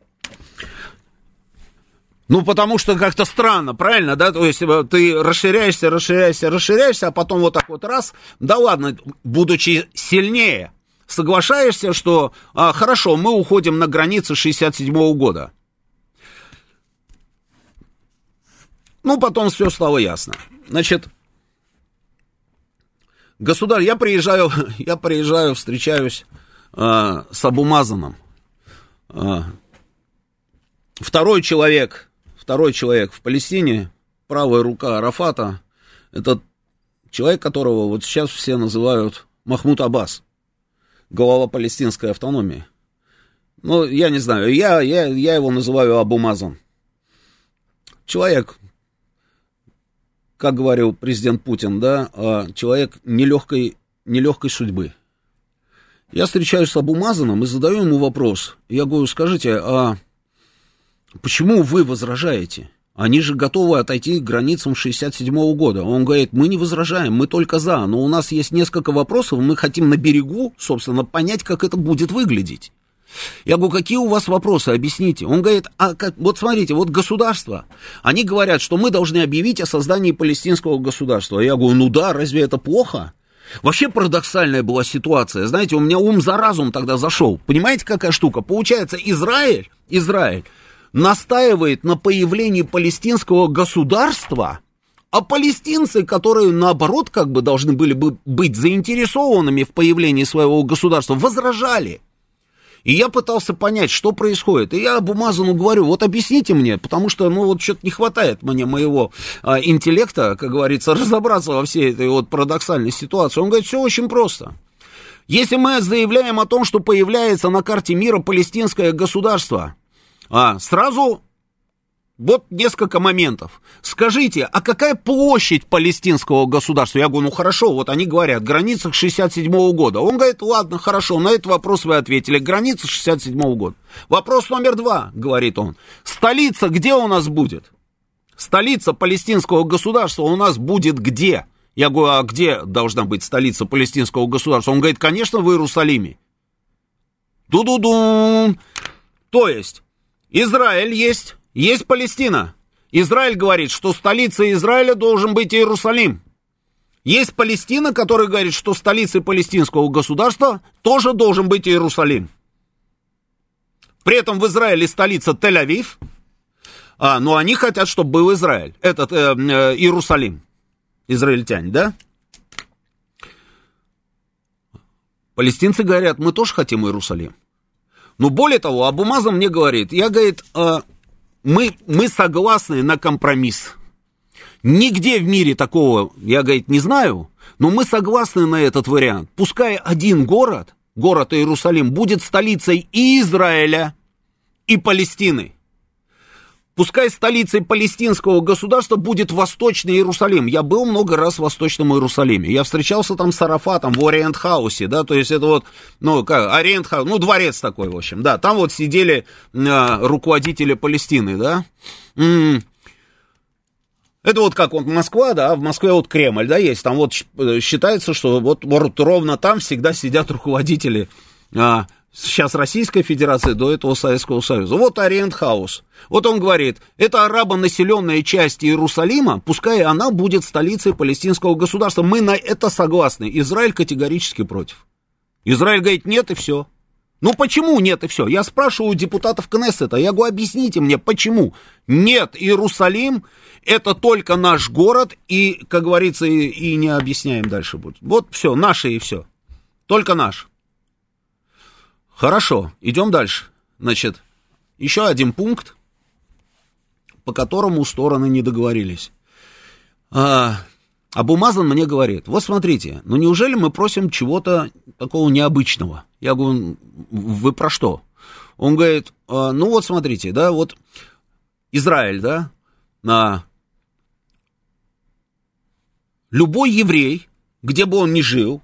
Потому что как-то странно, правильно, да, то есть ты расширяешься, а потом вот так вот раз, да ладно, будучи сильнее, соглашаешься, что хорошо, мы уходим на границы 67-го года. Потом все стало ясно. Значит, я приезжаю, встречаюсь с Абу Мазаном. Второй человек в Палестине, правая рука Арафата, это человек, которого вот сейчас все называют Махмуд Аббас, глава палестинской автономии. Я не знаю, я его называю Абу Мазан. Человек, как говорил президент Путин, да, человек нелегкой судьбы. Я встречаюсь с Абу Мазаном и задаю ему вопрос. Я говорю, скажите, почему вы возражаете? Они же готовы отойти к границам 67-го года. Он говорит, мы не возражаем, мы только за, но у нас есть несколько вопросов, мы хотим на берегу, собственно, понять, как это будет выглядеть. Я говорю, какие у вас вопросы, объясните. Он говорит, вот смотрите, вот государство, они говорят, что мы должны объявить о создании палестинского государства. Я говорю, да, разве это плохо? Вообще парадоксальная была ситуация, знаете, у меня ум за разум тогда зашел. Понимаете, какая штука? Получается, Израиль настаивает на появлении палестинского государства, а палестинцы, которые, наоборот, как бы должны были бы быть заинтересованными в появлении своего государства, возражали. И я пытался понять, что происходит. И я Абу Мазану говорю, вот объясните мне, потому что, ну, вот что-то не хватает мне моего интеллекта, как говорится, разобраться во всей этой вот парадоксальной ситуации. Он говорит, все очень просто. Если мы заявляем о том, что появляется на карте мира палестинское государство, сразу вот несколько моментов. Скажите, а какая площадь палестинского государства? Я говорю, ну хорошо, вот они говорят, граница 67-го года. Он говорит, ладно, хорошо, на этот вопрос вы ответили, граница 67-го года. Вопрос номер 2, говорит он, столица где у нас будет? Столица палестинского государства у нас будет где? Я говорю, а где должна быть столица палестинского государства? Он говорит, конечно, в Иерусалиме. Ду-ду-дум. То есть, Израиль есть Палестина. Израиль говорит, что столицей Израиля должен быть Иерусалим. Есть Палестина, которая говорит, что столицей палестинского государства тоже должен быть Иерусалим. При этом в Израиле столица Тель-Авив, но они хотят, чтобы был Израиль, Иерусалим. Израильтяне, да? Палестинцы говорят, мы тоже хотим Иерусалим. Но более того, Абу Мазан мне говорит, мы согласны на компромисс. Нигде в мире такого, я, говорит, не знаю, но мы согласны на этот вариант. Пускай один город Иерусалим, будет столицей и Израиля, и Палестины. Пускай столицей палестинского государства будет Восточный Иерусалим. Я был много раз в Восточном Иерусалиме. Я встречался там с Арафатом в Ориент-хаусе, да, то есть это вот, Ориент-хаус, дворец такой, в общем, да, там вот сидели руководители Палестины, да. Это вот как вот Москва, да, в Москве вот Кремль, да, есть, там вот считается, что вот ровно там всегда сидят руководители сейчас Российской Федерации, до этого Советского Союза. Вот Ориент-хаус. Вот он говорит, это арабонаселенная часть Иерусалима, пускай она будет столицей палестинского государства. Мы на это согласны. Израиль категорически против. Израиль говорит, нет и все. Ну почему нет и все? Я спрашиваю у депутатов Кнессета, я говорю, объясните мне, почему? Нет, Иерусалим это только наш город, и, как говорится, и не объясняем дальше будет. Вот все, наше и все. Только наш. Хорошо, идем дальше. Значит, еще один пункт, по которому стороны не договорились. Абу Мазан мне говорит, вот смотрите, ну неужели мы просим чего-то такого необычного? Я говорю, вы про что? Он говорит, ну вот смотрите, да, вот Израиль, да, любой еврей, где бы он ни жил,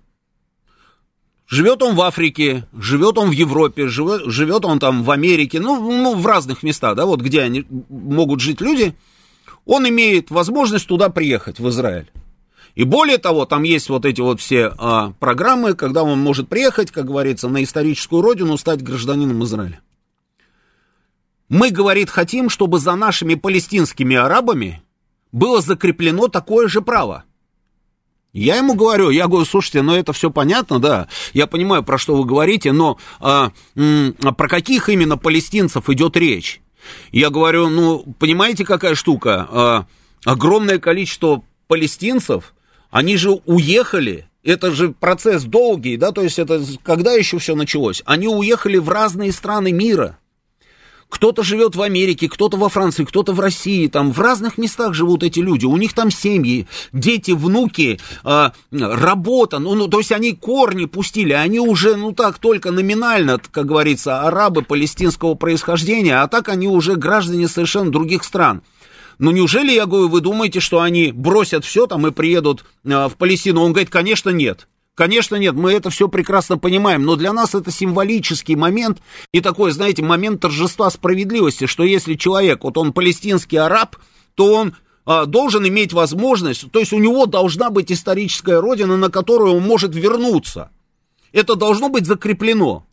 живет он в Африке, живет он в Европе, живет он там в Америке, ну, в разных местах, да, вот где они могут жить люди, он имеет возможность туда приехать, в Израиль. И более того, там есть вот эти вот все программы, когда он может приехать, как говорится, на историческую родину, стать гражданином Израиля. Мы, говорит, хотим, чтобы за нашими палестинскими арабами было закреплено такое же право. Я ему говорю, слушайте, ну это все понятно, да, я понимаю, про что вы говорите, но про каких именно палестинцев идет речь? Я говорю, ну, понимаете, какая штука? Огромное количество палестинцев, они же уехали, это же процесс долгий, да, то есть это когда еще все началось? Они уехали в разные страны мира. Кто-то живет в Америке, кто-то во Франции, кто-то в России, там в разных местах живут эти люди, у них там семьи, дети, внуки, работа, то есть они корни пустили, они уже, так только номинально, как говорится, арабы палестинского происхождения, а так они уже граждане совершенно других стран. Ну, неужели, я говорю, вы думаете, что они бросят все там и приедут в Палестину? Он говорит, конечно, нет. Конечно, нет, мы это все прекрасно понимаем, но для нас это символический момент и такой, знаете, момент торжества справедливости, что если человек, вот он палестинский араб, то он должен иметь возможность, то есть у него должна быть историческая родина, на которую он может вернуться. Это должно быть закреплено.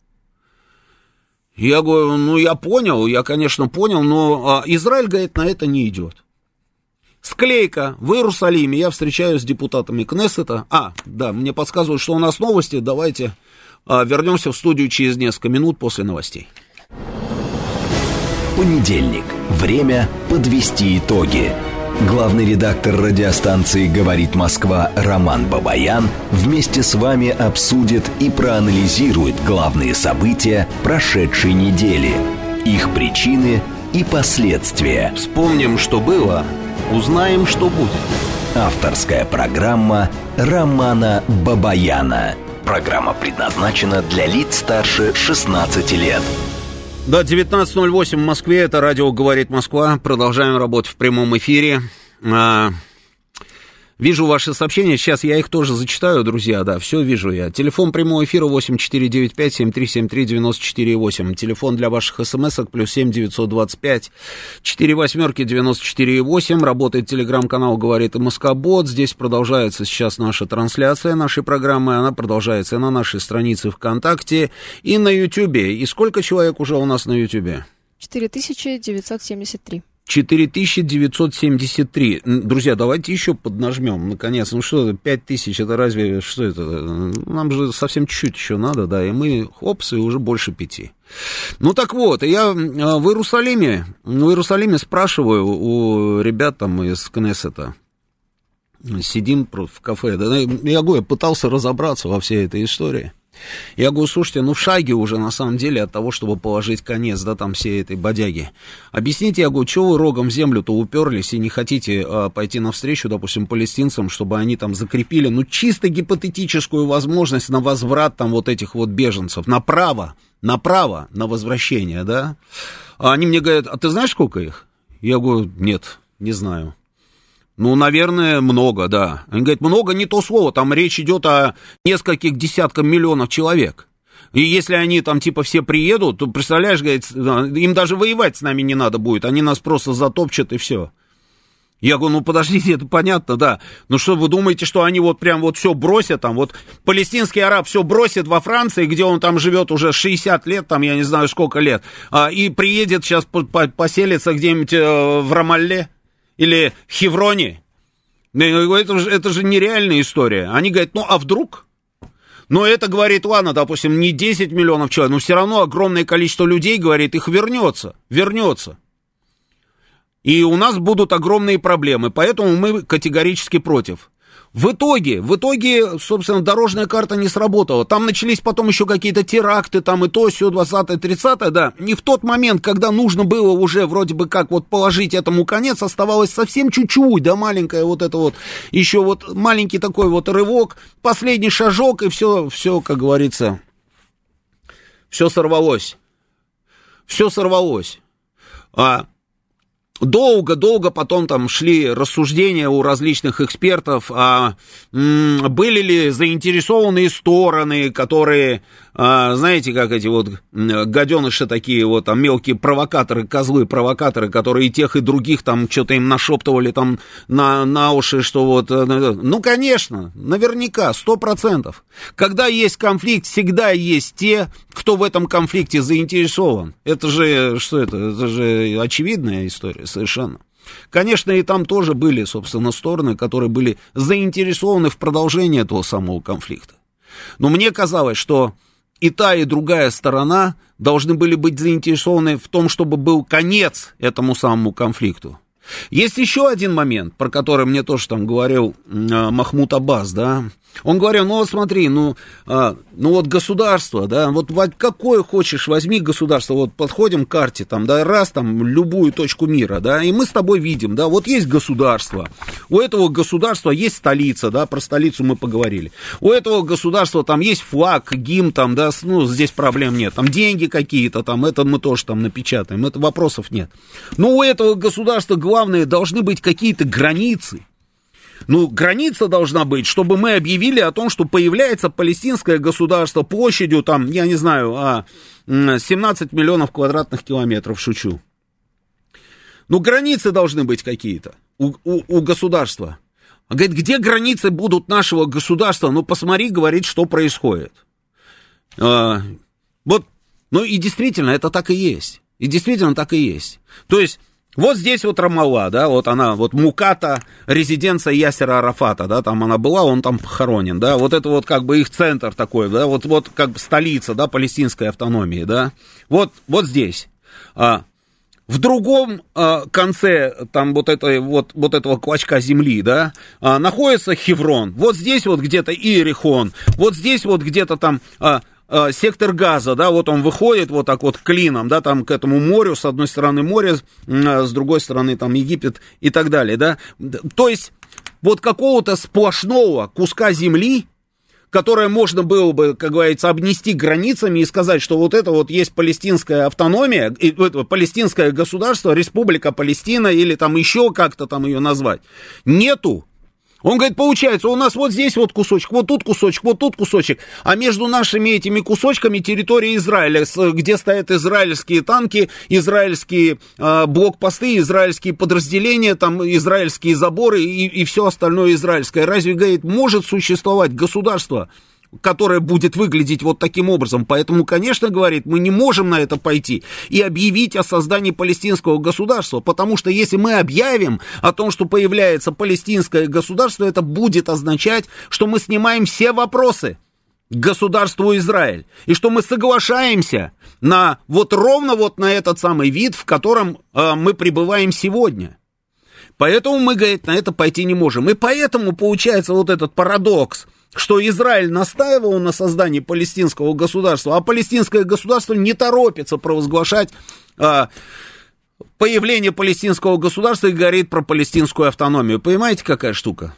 Я говорю, я, конечно, понял, но Израиль, говорит, на это не идет. Склейка в Иерусалиме, я встречаюсь с депутатами Кнессета. Да, мне подсказывают, что у нас новости, давайте вернемся в студию через несколько минут после новостей. Понедельник. Время подвести итоги. Главный редактор радиостанции «Говорит Москва» Роман Бабаян вместе с вами обсудит и проанализирует главные события прошедшей недели, их причины и последствия. Вспомним, что было, узнаем, что будет. Авторская программа Романа Бабаяна. Программа предназначена для лиц старше 16 лет. Да, 19:08 в Москве, это радио «Говорит Москва». Продолжаем работать в прямом эфире. Вижу ваши сообщения, сейчас я их тоже зачитаю, друзья, да, все вижу я. Телефон прямого эфира 8495-7373-94-8. Телефон для ваших смс-ок +7 925 4 Работает телеграм-канал «Говорит Москобот». Здесь продолжается сейчас наша трансляция нашей программы. Она продолжается на нашей странице ВКонтакте и на Ютьюбе. И сколько человек уже у нас на Ютьюбе? 4973. 4973. Друзья, давайте еще поднажмем, наконец. Ну что это, 5000, это разве, что это? Нам же совсем чуть-чуть еще надо, да, и мы, хопс, и уже больше 5. Ну так вот, я в Иерусалиме спрашиваю у ребят там из Кнессета. Сидим в кафе, да, я пытался разобраться во всей этой истории. Я говорю, слушайте, в шаге уже, на самом деле, от того, чтобы положить конец, да, там, всей этой бодяги. Объясните, я говорю, что вы рогом в землю-то уперлись и не хотите пойти навстречу, допустим, палестинцам, чтобы они там закрепили, чисто гипотетическую возможность на возврат там вот этих вот беженцев, на право на возвращение, да? А они мне говорят, а ты знаешь, сколько их? Я говорю, нет, не знаю. Наверное, много, да. Они говорят, много не то слово, там речь идет о нескольких десятках миллионов человек. И если они там типа все приедут, то, представляешь, говорит, им даже воевать с нами не надо будет, они нас просто затопчут и все. Я говорю, подождите, это понятно, да. Что вы думаете, что они вот прям вот все бросят, там вот палестинский араб все бросит во Франции, где он там живет уже 60 лет, там я не знаю сколько лет, и приедет сейчас поселиться где-нибудь в Рамалле? Или в Хевроне. Это же нереальная история. Они говорят, а вдруг? Это, говорит, ладно, допустим, не 10 миллионов человек, но все равно огромное количество людей, говорит, их вернется. И у нас будут огромные проблемы, поэтому мы категорически против. В итоге, собственно, дорожная карта не сработала. Там начались потом еще какие-то теракты, там и то, все, 20-е, 30-е, да. И в тот момент, когда нужно было уже вроде бы как вот положить этому конец, оставалось совсем чуть-чуть, да, маленькая вот это вот, еще вот маленький такой вот рывок, последний шажок, и все, как говорится, все сорвалось. Долго потом там шли рассуждения у различных экспертов, были ли заинтересованные стороны, которые, знаете, как эти вот гаденыши такие вот, там мелкие провокаторы, козлы-провокаторы, которые и тех, и других там что-то им нашептывали там на уши, что вот, конечно, наверняка, 100%. Когда есть конфликт, всегда есть те, кто в этом конфликте заинтересован. Это же, это же очевидная история совершенно. Конечно, и там тоже были, собственно, стороны, которые были заинтересованы в продолжении этого самого конфликта. Но мне казалось, что и та, и другая сторона должны были быть заинтересованы в том, чтобы был конец этому самому конфликту. Есть еще один момент, про который мне тоже там говорил Махмуд Аббас, да. Он говорил, смотри, вот государство, да, вот какое хочешь, возьми государство, вот подходим к карте, там, да, раз, там, любую точку мира, да, и мы с тобой видим, да, вот есть государство, у этого государства есть столица, да, про столицу мы поговорили, у этого государства там есть флаг, гимн, там, да, здесь проблем нет, там, деньги какие-то, там, это мы тоже там напечатаем, это вопросов нет, но у этого государства, главное, должны быть какие-то границы. Граница должна быть, чтобы мы объявили о том, что появляется палестинское государство площадью, там, я не знаю, 17 миллионов квадратных километров, шучу. Границы должны быть какие-то у государства. Говорит, где границы будут нашего государства? Посмотри, говорит, что происходит. И действительно, это так и есть. То есть, вот здесь вот Рамалла, да, вот она, вот Муката, резиденция Ясера Арафата, да, там она была, он там похоронен, да, вот это вот как бы их центр такой, да, вот как бы столица, да, палестинской автономии, да, вот здесь. в другом конце там вот этого клочка земли, да, находится Хеврон, вот здесь вот где-то Иерихон, вот здесь вот где-то там сектор Газа, да, вот он выходит вот так вот клином, да, там к этому морю, с одной стороны море, с другой стороны там Египет и так далее, да, то есть вот какого-то сплошного куска земли, которое можно было бы, как говорится, обнести границами и сказать, что вот это вот есть палестинская автономия, палестинское государство, Республика Палестина, или там еще как-то там ее назвать. Нету. Он говорит, получается, у нас вот здесь вот кусочек, вот тут кусочек, а между нашими этими кусочками территория Израиля, где стоят израильские танки, израильские блокпосты, израильские подразделения, там израильские заборы и все остальное израильское. Разве, говорит, может существовать государство, которая будет выглядеть вот таким образом? Поэтому, конечно, говорит, мы не можем на это пойти и объявить о создании палестинского государства, потому что если мы объявим о том, что появляется палестинское государство, это будет означать, что мы снимаем все вопросы к государству Израиль, и что мы соглашаемся на вот ровно вот на этот самый вид, в котором мы пребываем сегодня. Поэтому мы, говорит, на это пойти не можем. И поэтому получается вот этот парадокс, что Израиль настаивал на создании палестинского государства, а палестинское государство не торопится провозглашать появление палестинского государства и говорит про палестинскую автономию. Понимаете, какая штука?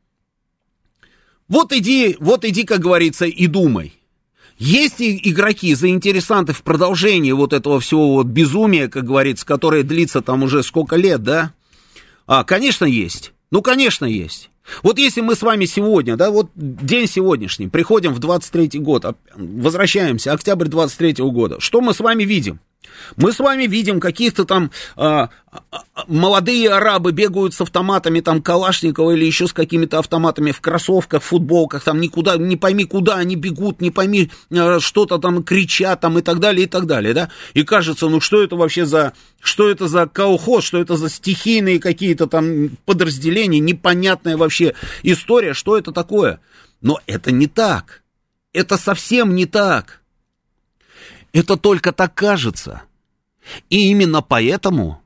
Вот иди, как говорится, и думай. Есть игроки, заинтересанты в продолжении вот этого всего вот безумия, как говорится, которое длится там уже сколько лет, да? Конечно, есть. Ну, конечно, есть. Вот если мы с вами сегодня, да, вот день сегодняшний, приходим в 23-й год, возвращаемся, октябрь 23-го года, что мы с вами видим? Мы с вами видим каких-то там молодые арабы бегают с автоматами там Калашникова или еще с какими-то автоматами в кроссовках, в футболках, там никуда, не пойми куда они бегут, не пойми что-то там кричат там и так далее, да, и кажется, ну что это вообще что это за колхоз, что это за стихийные какие-то там подразделения, непонятная вообще история, что это такое? Но это не так, это совсем не так. Это только так кажется. И именно поэтому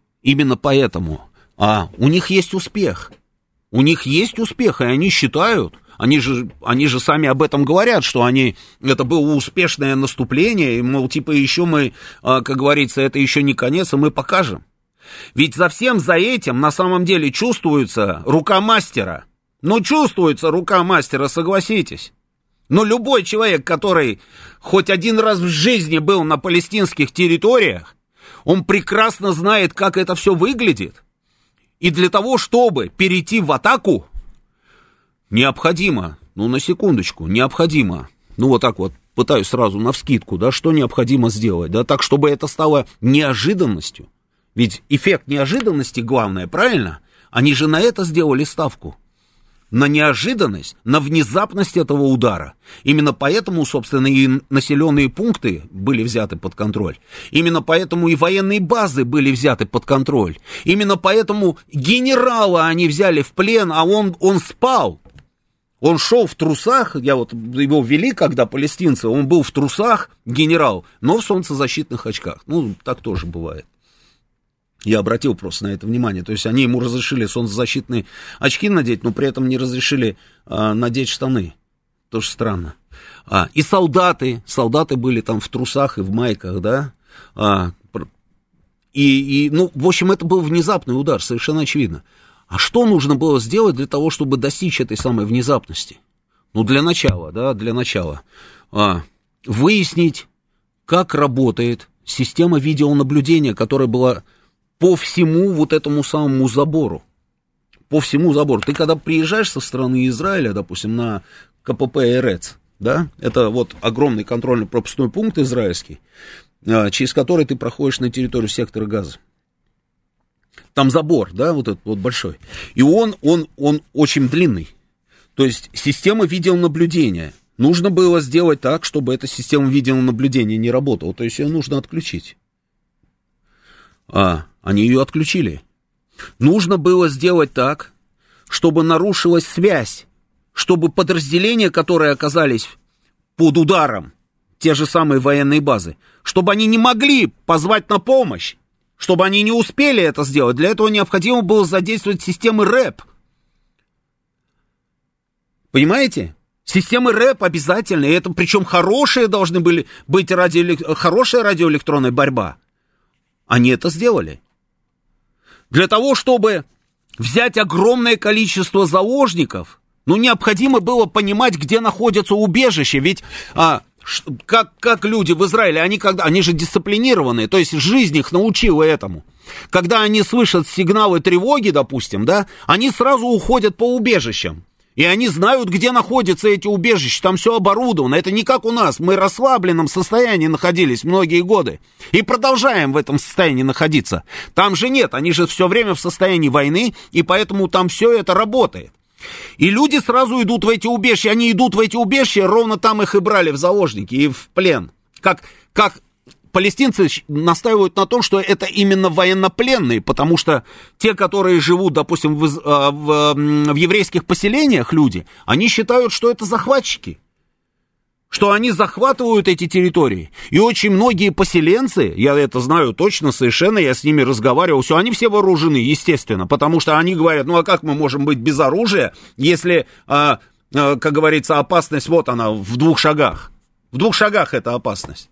у них есть успех. У них есть успех, и они считают, они же сами об этом говорят, что это было успешное наступление, и, мол, типа, еще мы, как говорится, это еще не конец, и мы покажем. Ведь за всем за этим на самом деле чувствуется рука мастера. Ну, чувствуется рука мастера, согласитесь. Но любой человек, который хоть один раз в жизни был на палестинских территориях, он прекрасно знает, как это все выглядит. И для того, чтобы перейти в атаку, необходимо, на секундочку, необходимо, вот так вот, пытаюсь сразу навскидку, да, что необходимо сделать, да, так, чтобы это стало неожиданностью. Ведь эффект неожиданности главное, правильно? Они же на это сделали ставку. На неожиданность, на внезапность этого удара. Именно поэтому, собственно, и населенные пункты были взяты под контроль. Именно поэтому и военные базы были взяты под контроль. Именно поэтому генерала они взяли в плен, а он спал. Он шел в трусах, его ввели, когда палестинцы, он был в трусах, генерал, но в солнцезащитных очках. Так тоже бывает. Я обратил просто на это внимание. То есть они ему разрешили солнцезащитные очки надеть, но при этом не разрешили надеть штаны. Тоже странно. И солдаты были там в трусах и в майках, да. В общем, это был внезапный удар, совершенно очевидно. А что нужно было сделать для того, чтобы достичь этой самой внезапности? Для начала выяснить, как работает система видеонаблюдения, которая была по всему вот этому самому забору. По всему забору. Ты когда приезжаешь со стороны Израиля, допустим, на КПП Эрец, да, это вот огромный контрольно-пропускной пункт израильский, через который ты проходишь на территорию сектора Газа. Там забор, да, вот этот вот большой. И он очень длинный. То есть система видеонаблюдения. Нужно было сделать так, чтобы эта система видеонаблюдения не работала. То есть ее нужно отключить. Они ее отключили. Нужно было сделать так, чтобы нарушилась связь, чтобы подразделения, которые оказались под ударом, те же самые военные базы, чтобы они не могли позвать на помощь, Чтобы они не успели это сделать, для этого необходимо было задействовать системы РЭП. Понимаете? Системы РЭП обязательно, и это причем хорошие должны были быть хорошая радиоэлектронная борьба. Они это сделали. Для того, чтобы взять огромное количество заложников, необходимо было понимать, где находятся убежища, ведь... Как люди в Израиле, они же дисциплинированные, то есть жизнь их научила этому. Когда они слышат сигналы тревоги, допустим, да, они сразу уходят по убежищам. И они знают, где находятся эти убежища, там все оборудовано. Это не как у нас, мы в расслабленном состоянии находились многие годы. И продолжаем в этом состоянии находиться. Там же нет, они же все время в состоянии войны, и поэтому там все это работает. И люди сразу идут в эти убежища, они идут в эти убежища, ровно там их и брали в заложники и в плен. Как палестинцы настаивают на том, что это именно военнопленные, потому что те, которые живут, допустим, в еврейских поселениях, люди, они считают, что это захватчики, что они захватывают эти территории. И очень многие поселенцы, я это знаю точно, совершенно, я с ними разговаривал, все, они все вооружены, естественно, потому что они говорят, а как мы можем быть без оружия, если, как говорится, опасность, вот она, в 2 шагах. В 2 шагах эта опасность.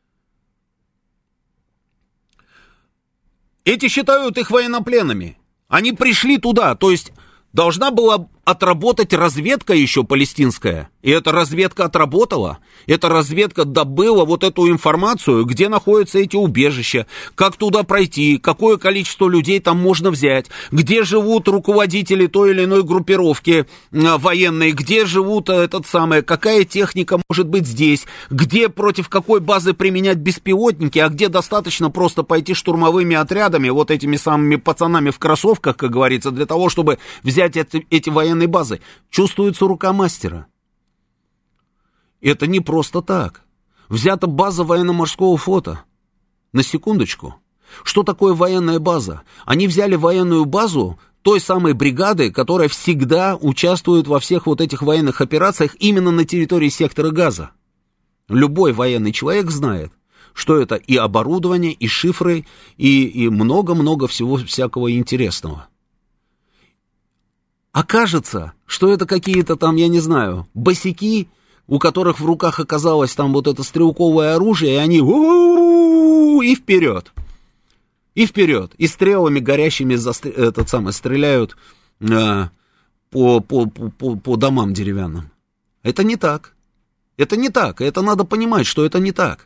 Эти считают их военнопленными. Они пришли туда, то есть должна была отработать разведка еще палестинская. И эта разведка отработала. Эта разведка добыла вот эту информацию, где находятся эти убежища, как туда пройти, какое количество людей там можно взять, где живут руководители той или иной группировки военной, где живут какая техника может быть здесь, где против какой базы применять беспилотники, а где достаточно просто пойти штурмовыми отрядами, вот этими самыми пацанами в кроссовках, как говорится, для того, чтобы взять эти военные базы. Чувствуется рука мастера. Это не просто так. Взята база военно-морского флота. На секундочку. Что такое военная база? Они взяли военную базу той самой бригады, которая всегда участвует во всех вот этих военных операциях именно на территории сектора Газа. Любой военный человек знает, что это и оборудование, и шифры, и много-много всего всякого интересного. Окажется, что это какие-то там, я не знаю, босяки, у которых в руках оказалось там вот это стрелковое оружие, и они и вперед. И вперед. И стрелами горящими стреляют по домам деревянным. Это не так. Это не так. Это надо понимать, что это не так.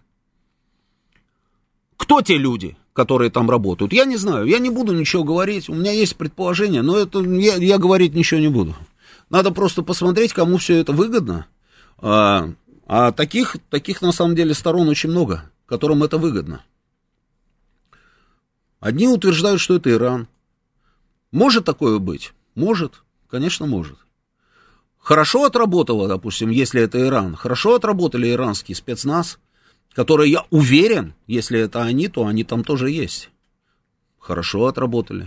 Кто те люди, которые там работают? Я не знаю. Я не буду ничего говорить. У меня есть предположение, но это я говорить ничего не буду. Надо просто посмотреть, кому все это выгодно. А таких на самом деле сторон очень много, которым это выгодно. Одни утверждают, что это Иран. Может такое быть? Может, конечно, может. Хорошо отработало, допустим, если это Иран. Хорошо отработали иранский спецназ, который, я уверен, если это они, то они там тоже есть. Хорошо отработали.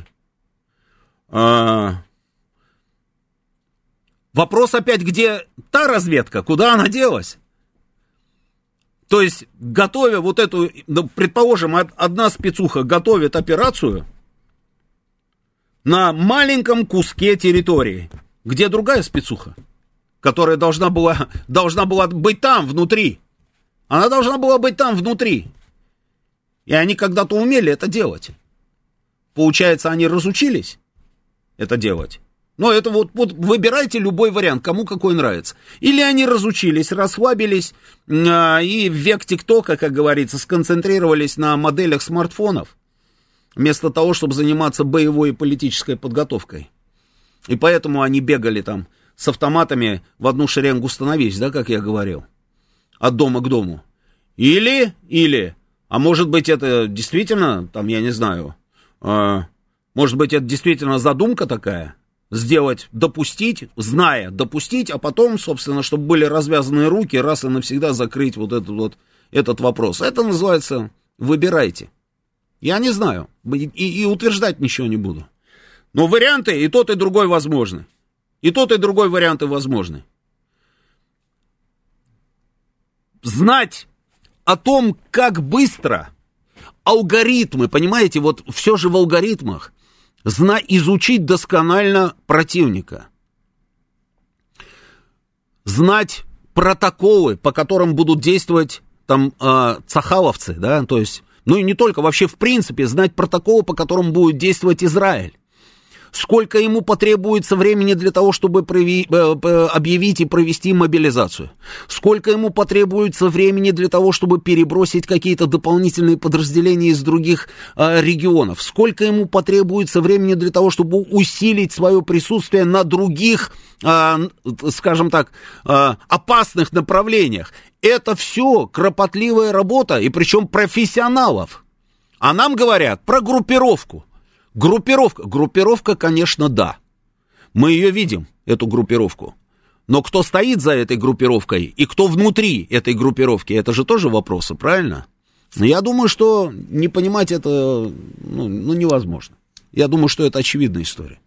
Вопрос опять, где та разведка, куда она делась? То есть, готовя вот эту, предположим, одна спецуха готовит операцию на маленьком куске территории, где другая спецуха, которая должна была быть там, внутри. Она должна была быть там, внутри. И они когда-то умели это делать. Получается, они разучились это делать. Но это вот выбирайте любой вариант, кому какой нравится. Или они разучились, расслабились и в век ТикТока, как говорится, сконцентрировались на моделях смартфонов, вместо того, чтобы заниматься боевой и политической подготовкой. И поэтому они бегали там с автоматами в одну шеренгу становись, да, как я говорил, от дома к дому. Или, а может быть это действительно, там, я не знаю, может быть это действительно задумка такая, допустить, а потом, собственно, чтобы были развязаны руки, раз и навсегда закрыть вот этот вопрос. Это называется «выбирайте». Я не знаю, и утверждать ничего не буду. Но варианты и тот, и другой возможны. И тот, и другой варианты возможны. Знать о том, как быстро алгоритмы, понимаете, вот все же в алгоритмах, изучить досконально противника, знать протоколы, по которым будут действовать там цахаловцы, да, то есть, ну и не только, вообще в принципе, знать протоколы, по которым будет действовать Израиль. Сколько ему потребуется времени для того, чтобы объявить и провести мобилизацию? Сколько ему потребуется времени для того, чтобы перебросить какие-то дополнительные подразделения из других регионов? Сколько ему потребуется времени для того, чтобы усилить свое присутствие на других, скажем так, опасных направлениях? Это все кропотливая работа, и причем профессионалов. А нам говорят про группировку. Группировка, конечно, да. Мы ее видим, эту группировку. Но кто стоит за этой группировкой и кто внутри этой группировки, это же тоже вопросы, правильно? Я думаю, что не понимать это невозможно. Я думаю, что это очевидная история.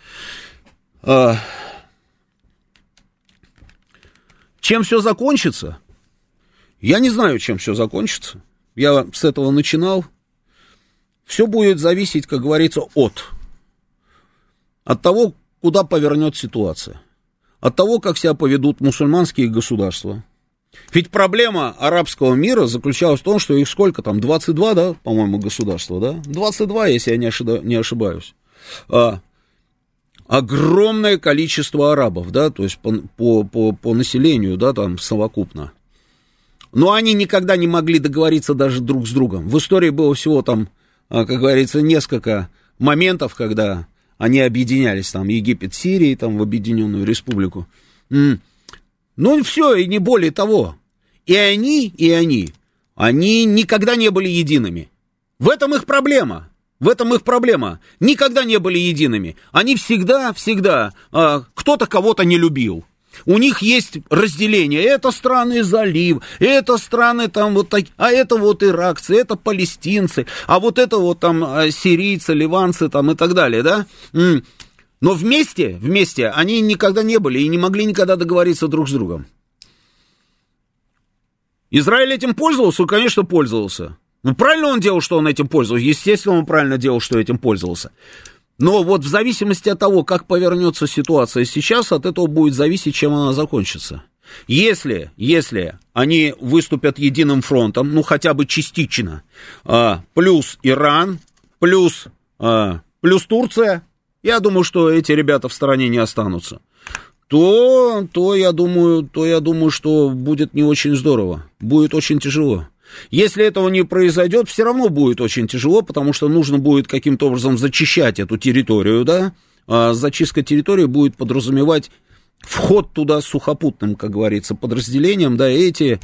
Чем все закончится? Я не знаю, чем все закончится. Я с этого начинал. Все будет зависеть, как говорится, от того, куда повернет ситуация, от того, как себя поведут мусульманские государства. Ведь проблема арабского мира заключалась в том, что их сколько там, 22, да, по-моему, государства, да? 22, если я не ошибаюсь. Огромное количество арабов, да, то есть по населению, да, там совокупно. Но они никогда не могли договориться даже друг с другом. В истории было всего там, как говорится, несколько моментов, когда они объединялись, там, Египет, Сирии, там, в Объединенную Республику. Ну, и все, и не более того. И они никогда не были едиными. В этом их проблема. Никогда не были едиными. Они всегда, кто-то кого-то не любил. У них есть разделение, это страны залив, это страны там вот такие, а это вот иракцы, это палестинцы, а вот это вот там сирийцы, ливанцы там и так далее, да? Но вместе они никогда не были и не могли никогда договориться друг с другом. Израиль этим пользовался? Конечно, пользовался. Ну, правильно он делал, что он этим пользовался? Естественно, он правильно делал, что этим пользовался. Но вот в зависимости от того, как повернется ситуация сейчас, от этого будет зависеть, чем она закончится. Если они выступят единым фронтом, ну хотя бы частично, плюс Иран, плюс Турция, я думаю, что эти ребята в стороне не останутся, то я думаю, что будет не очень здорово, будет очень тяжело. Если этого не произойдет, все равно будет очень тяжело, потому что нужно будет каким-то образом зачищать эту территорию, да, зачистка территории будет подразумевать вход туда сухопутным, как говорится, подразделением, да, и эти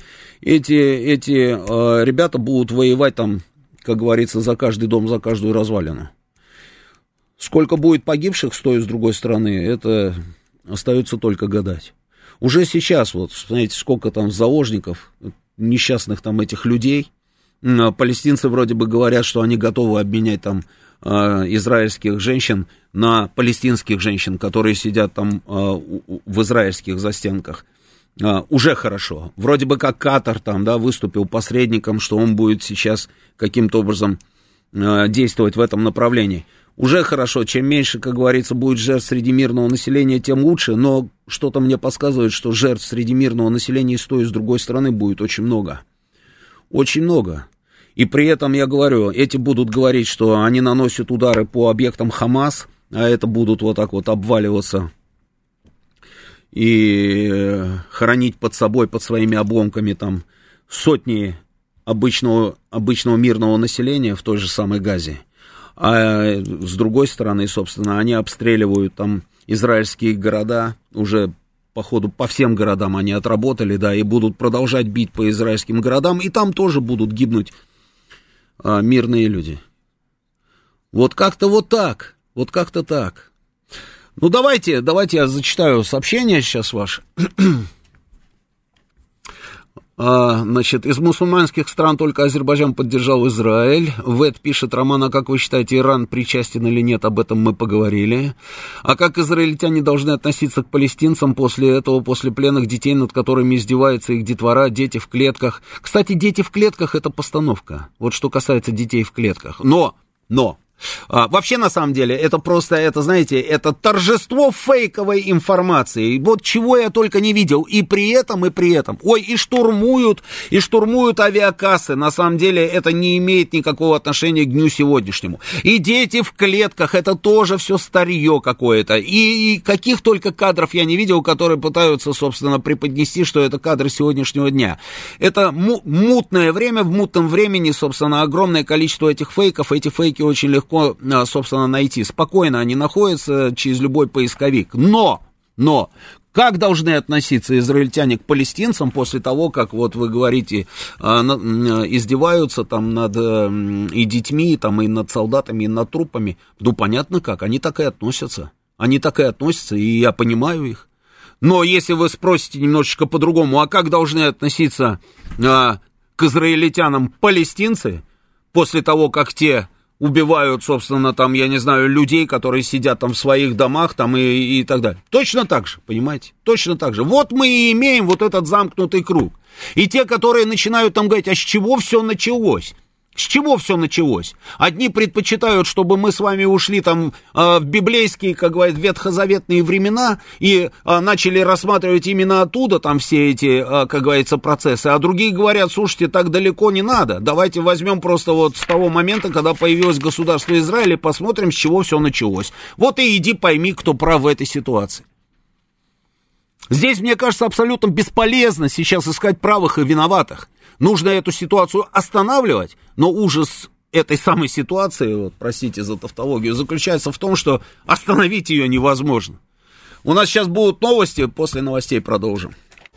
ребята будут воевать там, как говорится, за каждый дом, за каждую развалину. Сколько будет погибших с той и с другой стороны, это остается только гадать. Уже сейчас, вот, знаете, сколько там заложников, несчастных там этих людей. Палестинцы вроде бы говорят, что они готовы обменять там израильских женщин на палестинских женщин, которые сидят там в израильских застенках. Уже хорошо. Вроде бы как Катар там, да, выступил посредником, что он будет сейчас каким-то образом действовать в этом направлении. Уже хорошо, чем меньше, как говорится, будет жертв среди мирного населения, тем лучше, но что-то мне подсказывает, что жертв среди мирного населения и с той, и с другой стороны будет очень много. Очень много. И при этом, я говорю, эти будут говорить, что они наносят удары по объектам Хамас, а это будут вот так вот обваливаться и хоронить под собой, под своими обломками там сотни обычного мирного населения в той же самой Газе. А с другой стороны, собственно, они обстреливают там израильские города, уже, походу, по всем городам они отработали, да, и будут продолжать бить по израильским городам, и там тоже будут гибнуть мирные люди. Вот как-то вот так, вот как-то так. Ну, давайте я зачитаю сообщение сейчас ваше. Значит, из мусульманских стран только Азербайджан поддержал Израиль. Вэт пишет: Роман, а как вы считаете, Иран причастен или нет? Об этом мы поговорили. А как израильтяне должны относиться к палестинцам после этого, после пленных детей, над которыми издевается их детвора, дети в клетках? Кстати, дети в клетках — это постановка. Вот что касается детей в клетках. Но... вообще, на самом деле, это просто, знаете, это торжество фейковой информации. Вот чего я только не видел. И при этом. Ой, и штурмуют авиакассы. На самом деле, это не имеет никакого отношения к дню сегодняшнему. И дети в клетках, это тоже все старье какое-то. И каких только кадров я не видел, которые пытаются, собственно, преподнести, что это кадры сегодняшнего дня. Это мутное время, в мутном времени, собственно, огромное количество этих фейков. Эти фейки очень легко, собственно, найти. Спокойно они находятся через любой поисковик. Но, как должны относиться израильтяне к палестинцам после того, как, вот вы говорите, издеваются там над и детьми, там, и над солдатами, и над трупами? Ну, понятно как, они так и относятся. И я понимаю их. Но если вы спросите немножечко по-другому, а как должны относиться к израильтянам палестинцы после того, как те убивают, собственно, там, я не знаю, людей, которые сидят там в своих домах, там, и так далее. Точно так же, понимаете? Точно так же. Вот мы и имеем вот этот замкнутый круг. И те, которые начинают там говорить, а с чего все началось? С чего все началось? Одни предпочитают, чтобы мы с вами ушли там в библейские, как говорят, ветхозаветные времена и начали рассматривать именно оттуда там все эти, как говорится, процессы, а другие говорят, слушайте, так далеко не надо, давайте возьмем просто вот с того момента, когда появилось государство Израиль, и посмотрим, с чего все началось. Вот и иди пойми, кто прав в этой ситуации. Здесь, мне кажется, абсолютно бесполезно сейчас искать правых и виноватых. Нужно эту ситуацию останавливать, но ужас этой самой ситуации, вот, простите за тавтологию, заключается в том, что остановить ее невозможно. У нас сейчас будут новости, после новостей продолжим.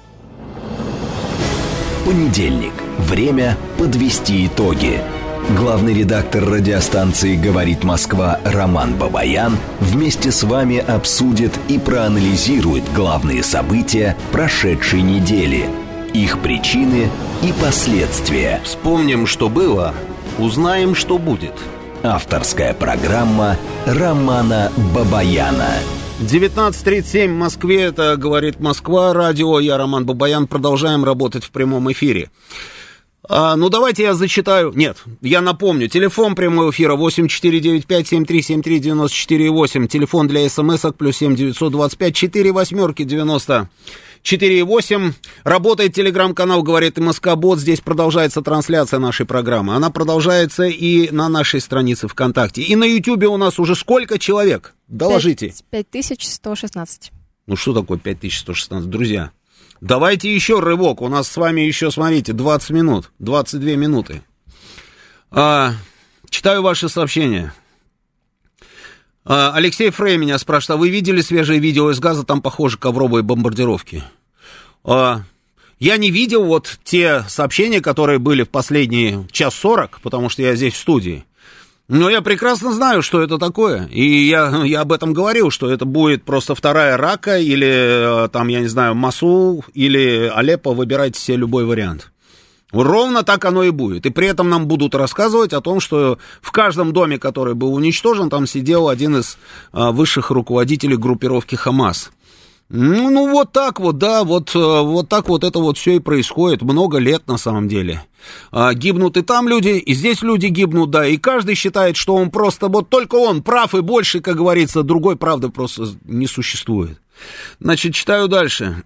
Понедельник. Время подвести итоги. Главный редактор радиостанции «Говорит Москва» Роман Бабаян вместе с вами обсудит и проанализирует главные события прошедшей недели, их причины и последствия. Вспомним, что было, узнаем, что будет. Авторская программа Романа Бабаяна. 19:37 в Москве, это «Говорит Москва», радио, я Роман Бабаян, продолжаем работать в прямом эфире. Ну, давайте я зачитаю. Нет, я напомню. Телефон прямого эфира 8495-7373-94-8. Телефон для смс-ок +7 925 4 восьмерки 94,8. Работает телеграм-канал «Говорит МСК-бот». Здесь продолжается трансляция нашей программы. Она продолжается и на нашей странице ВКонтакте. И на Ютьюбе у нас уже сколько человек? Доложите. 5116. Ну, что такое 5116, друзья? Давайте еще рывок. У нас с вами еще, смотрите, 20 минут, 22 минуты. Читаю ваши сообщения. Алексей Фрей меня спрашивает, а вы видели свежее видео из Газа? Там, похоже, ковровые бомбардировки. Я не видел вот те сообщения, которые были в последние 1:40, потому что я здесь в студии. Но я прекрасно знаю, что это такое, и я об этом говорил, что это будет просто вторая Рака, или там, я не знаю, Мосул, или Алеппо, выбирайте себе любой вариант. Ровно так оно и будет, и при этом нам будут рассказывать о том, что в каждом доме, который был уничтожен, там сидел один из высших руководителей группировки Хамас. Ну, вот так вот, да, вот так вот это вот все и происходит, много лет на самом деле. Гибнут и там люди, и здесь люди гибнут, да, и каждый считает, что он просто, вот только он прав и больше, как говорится, другой правды просто не существует. Значит, читаю дальше.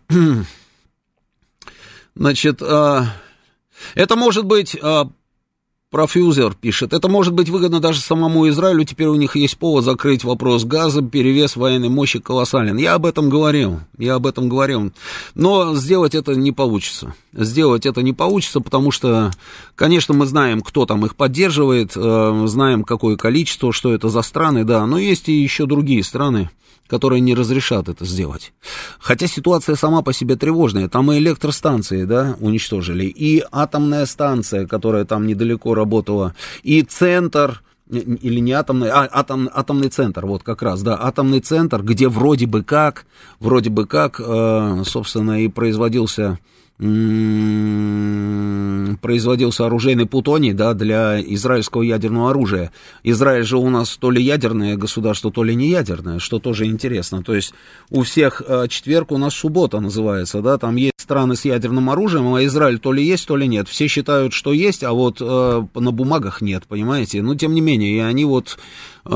Значит, это может быть... Профьюзер пишет, это может быть выгодно даже самому Израилю, теперь у них есть повод закрыть вопрос газа, перевес военной мощи колоссален. Я об этом говорил, но сделать это не получится. Потому что, конечно, мы знаем, кто там их поддерживает, знаем, какое количество, что это за страны, да, но есть и еще другие страны, которые не разрешат это сделать. Хотя ситуация сама по себе тревожная. Там и электростанции, да, уничтожили, и атомная станция, которая там недалеко работала, и центр, или не атомный, атомный центр, вот как раз, да, атомный центр, где вроде бы как, собственно, и производился производился оружейный плутоний, да, для израильского ядерного оружия. Израиль же у нас то ли ядерное государство, то ли не ядерное, что тоже интересно. То есть у всех четверг, у нас суббота называется, да, там есть страны с ядерным оружием, а Израиль то ли есть, то ли нет. Все считают, что есть, а вот на бумагах нет, понимаете? Но тем не менее, и они вот и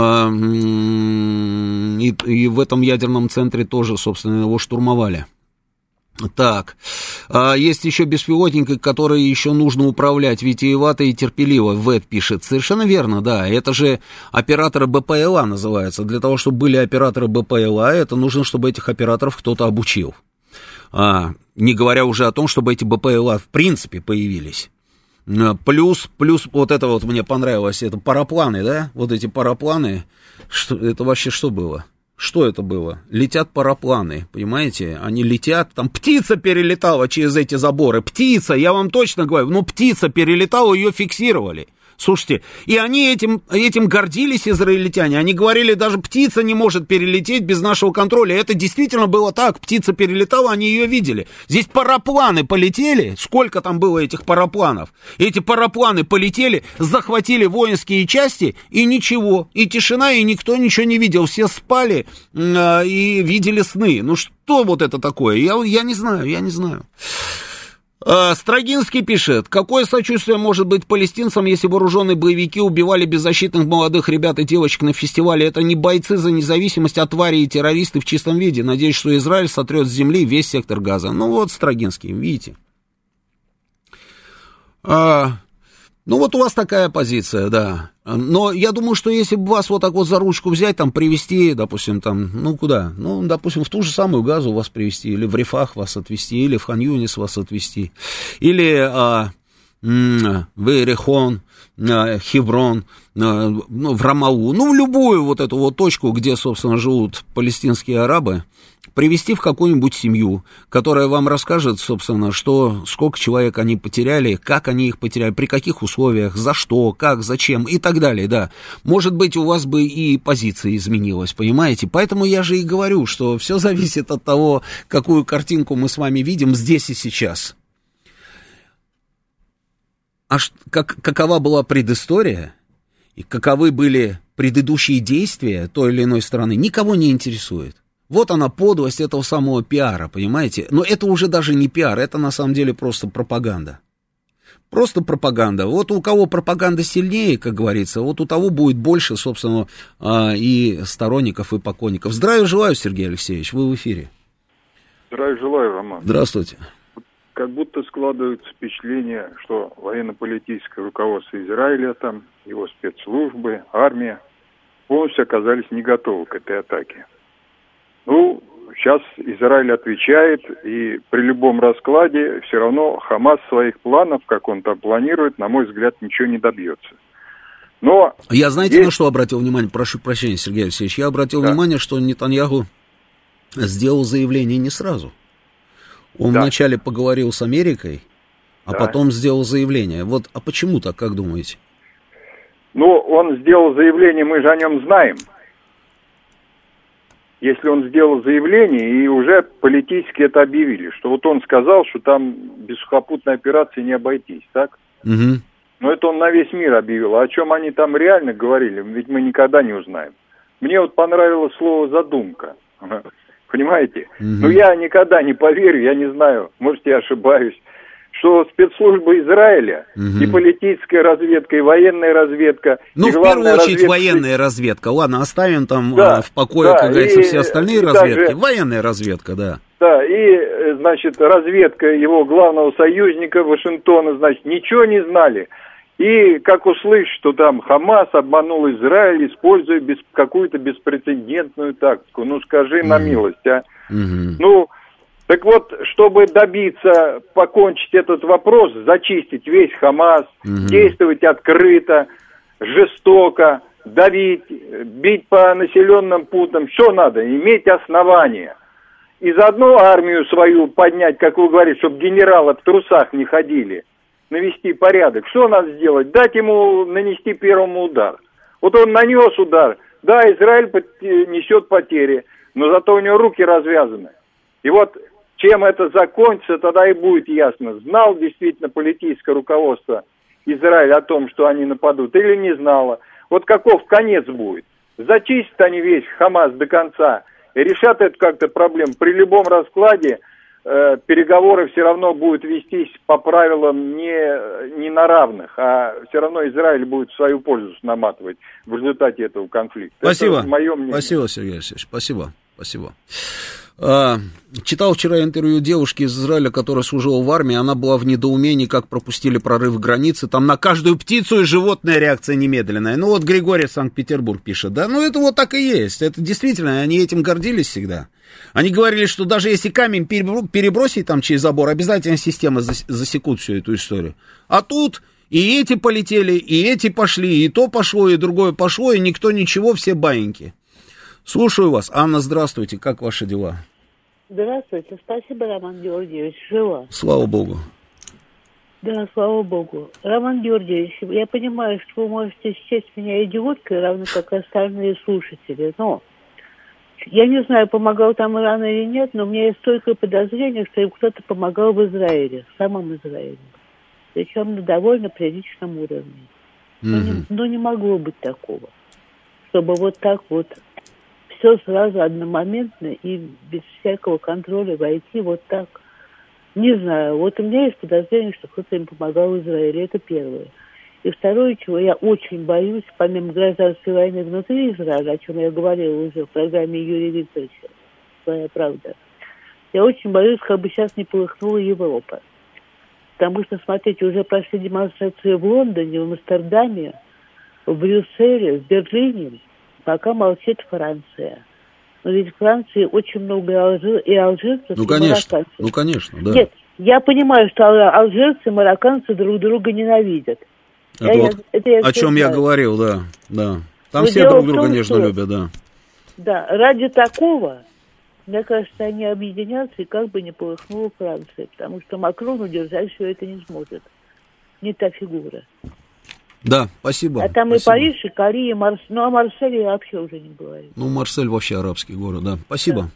в этом ядерном центре тоже, собственно, его штурмовали. Так, есть еще беспилотники, которые еще нужно управлять, витиевато и терпеливо, Вэт пишет. Совершенно верно, да, это же операторы БПЛА называется. Для того, чтобы были операторы БПЛА, это нужно, чтобы этих операторов кто-то обучил. Не говоря уже о том, чтобы эти БПЛА в принципе появились. Плюс вот это вот мне понравилось, это парапланы, да, вот эти парапланы, это вообще что было? Что это было? Летят парапланы, понимаете? Они летят, там птица перелетала через эти заборы. Птица, я вам точно говорю, ну птица перелетала, ее фиксировали. Слушайте, и они этим гордились, израильтяне. Они говорили, даже птица не может перелететь без нашего контроля. Это действительно было так. Птица перелетала, они ее видели. Здесь парапланы полетели. Сколько там было этих парапланов? Эти парапланы полетели, захватили воинские части, и ничего. И тишина, и никто ничего не видел. Все спали и видели сны. Ну что вот это такое? Я не знаю. Строгинский пишет, какое сочувствие может быть палестинцам, если вооруженные боевики убивали беззащитных молодых ребят и девочек на фестивале? Это не бойцы за независимость, а твари и террористы в чистом виде. Надеюсь, что Израиль сотрет с земли весь сектор Газа. Ну вот, Строгинский, видите. Ну вот у вас такая позиция, да. Но я думаю, что если бы вас вот так вот за ручку взять, там, привезти, допустим, там, ну, куда? Ну, допустим, в ту же самую Газу вас привезти, или в Рефах вас отвезти, или в Хан-Юнис вас отвезти, или в Эрехон, Хеврон, в Рамалу, ну, в любую вот эту вот точку, где, собственно, живут палестинские арабы, привести в какую-нибудь семью, которая вам расскажет, собственно, сколько человек они потеряли, как они их потеряли, при каких условиях, за что, как, зачем и так далее, да. Может быть, у вас бы и позиция изменилась, понимаете? Поэтому я же и говорю, что все зависит от того, какую картинку мы с вами видим здесь и сейчас. А какова была предыстория и каковы были предыдущие действия той или иной стороны, никого не интересует. Вот она подлость этого самого пиара, понимаете? Но это уже даже не пиар, это на самом деле просто пропаганда. Просто пропаганда. Вот у кого пропаганда сильнее, как говорится, вот у того будет больше, собственно, и сторонников, и поклонников. Здравия желаю, Сергей Алексеевич, вы в эфире. Здравия желаю, Роман. Здравствуйте. Как будто складывается впечатление, что военно-политическое руководство Израиля, там, его спецслужбы, армия, полностью оказались не готовы к этой атаке. Ну, сейчас Израиль отвечает, и при любом раскладе все равно Хамас своих планов, как он там планирует, на мой взгляд, ничего не добьется. Но я, знаете, на что обратил внимание? Прошу прощения, Сергей Алексеевич. Я обратил внимание, что Нетаньяху сделал заявление не сразу. Он вначале поговорил с Америкой, а потом сделал заявление. Вот, а почему так, как думаете? Ну, он сделал заявление, мы же о нем знаем. Если он сделал заявление, и уже политически это объявили, что вот он сказал, что там без сухопутной операции не обойтись, так? Угу. Но это он на весь мир объявил. А о чем они там реально говорили, ведь мы никогда не узнаем. Мне вот понравилось слово «задумка». Понимаете? Но я никогда не поверю, я не знаю, может, я ошибаюсь, что спецслужбы Израиля, и политическая разведка, и военная разведка... Ну, в первую очередь, военная разведка. Ладно, оставим там в покое, как говорится, все остальные разведки. Также, военная разведка, да. Да, и, значит, разведка его главного союзника Вашингтона, значит, ничего не знали. И как услышать, что там Хамас обманул Израиль, используя какую-то беспрецедентную тактику. Ну, скажи на милость, а. Ну... Так вот, чтобы добиться, покончить этот вопрос, зачистить весь Хамас, действовать открыто, жестоко, давить, бить по населенным пунктам, что надо? Иметь основания. И заодно армию свою поднять, как вы говорите, чтобы генералы в трусах не ходили, навести порядок. Что надо сделать? Дать ему нанести первому удар. Вот он нанес удар. Да, Израиль несет потери, но зато у него руки развязаны. И вот Чем это закончится, тогда и будет ясно. Знал действительно политическое руководство Израиля о том, что они нападут, или не знало. Вот каков конец будет. Зачистят они весь Хамас до конца и решат эту как-то проблему. При любом раскладе переговоры все равно будут вестись по правилам не на равных, а все равно Израиль будет в свою пользу наматывать в результате этого конфликта. Спасибо. Это мое мнение. Спасибо, Сергей Алексеевич. Спасибо. Читал вчера интервью девушки из Израиля, которая служила в армии. Она была в недоумении, как пропустили прорыв границы. Там на каждую птицу и животное реакция немедленная. Ну вот Григорий Санкт-Петербург пишет, да, ну это вот так и есть. Это действительно, они этим гордились всегда. Они говорили, что даже если камень перебросить там через забор, обязательно системы засекут всю эту историю. А тут и эти полетели, и эти пошли, и то пошло, и другое пошло, и никто ничего, все баиньки. Слушаю вас. Анна, здравствуйте. Как ваши дела? Здравствуйте. Спасибо, Роман Георгиевич. Жива. Слава Богу. Да, слава Богу. Роман Георгиевич, я понимаю, что вы можете счесть меня идиоткой, равно как и остальные слушатели, но я не знаю, помогал там Иран или нет, но у меня есть столько подозрений, что им кто-то помогал в Израиле, в самом Израиле. Причем на довольно приличном уровне. Но не могло быть такого, чтобы вот так вот все сразу одномоментно и без всякого контроля войти вот так. Не знаю, вот у меня есть подозрение, что кто-то им помогал в Израиле, это первое. И второе, чего я очень боюсь, помимо гражданской войны внутри Израиля, о чем я говорила уже в программе Юрия Викторовича, «Своя правда», я очень боюсь, как бы сейчас не полыхнула Европа. Потому что, смотрите, уже прошли демонстрации в Лондоне, в Амстердаме, в Брюсселе, в Берлине, пока молчит Франция. Но ведь в Франции очень много и алжирцев, ну, и конечно, марокканцев. Ну, конечно, да. Нет, я понимаю, что алжирцы и марокканцы друг друга ненавидят. О чем я говорил, да. Там все друг друга нежно любят, да. Да, ради такого, мне кажется, они объединятся, и как бы не полыхнула Франция, потому что Макрон удержать все это не сможет. Не та фигура. Да, спасибо. А там спасибо. И Париж, и Корея, и Марсель. Ну, о Марселе я вообще уже не говорю. Ну, Марсель вообще арабский город, да. Спасибо.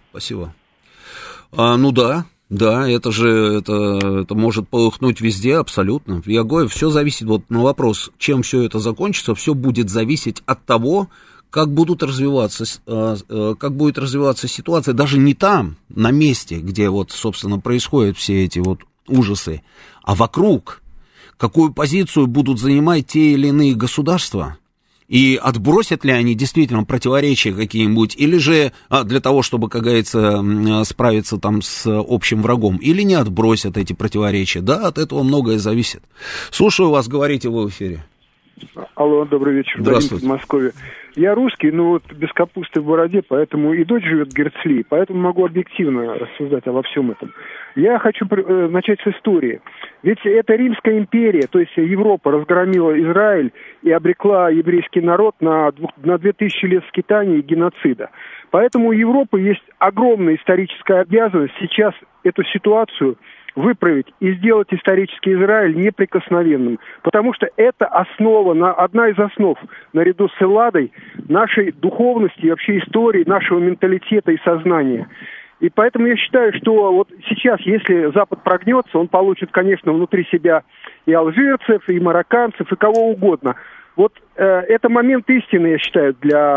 Ну да, это же, это может полыхнуть везде абсолютно. Я говорю, все зависит, вот на вопрос, чем все это закончится, все будет зависеть от того, как будет развиваться ситуация, даже не там, на месте, где вот, собственно, происходят все эти вот ужасы, а вокруг. Какую позицию будут занимать те или иные государства, и отбросят ли они действительно противоречия какие-нибудь, или же для того, чтобы, как говорится, справиться там с общим врагом, или не отбросят эти противоречия. Да, от этого многое зависит. Слушаю вас, говорите вы в эфире. Алло, добрый вечер. Здравствуйте. В Москве. Я русский, но вот без капусты в бороде, поэтому и дочь живет в Герцли, поэтому могу объективно рассуждать обо всем этом. Я хочу начать с истории. Ведь это Римская империя, то есть Европа разгромила Израиль и обрекла еврейский народ на 2000 лет скитаний и геноцида. Поэтому у Европы есть огромная историческая обязанность сейчас эту ситуацию выправить и сделать исторический Израиль неприкосновенным. Потому что это основа, одна из основ, наряду с Элладой, нашей духовности и вообще истории, нашего менталитета и сознания. И поэтому я считаю, что вот сейчас, если Запад прогнется, он получит, конечно, внутри себя и алжирцев, и марокканцев, и кого угодно. Вот это момент истины, я считаю,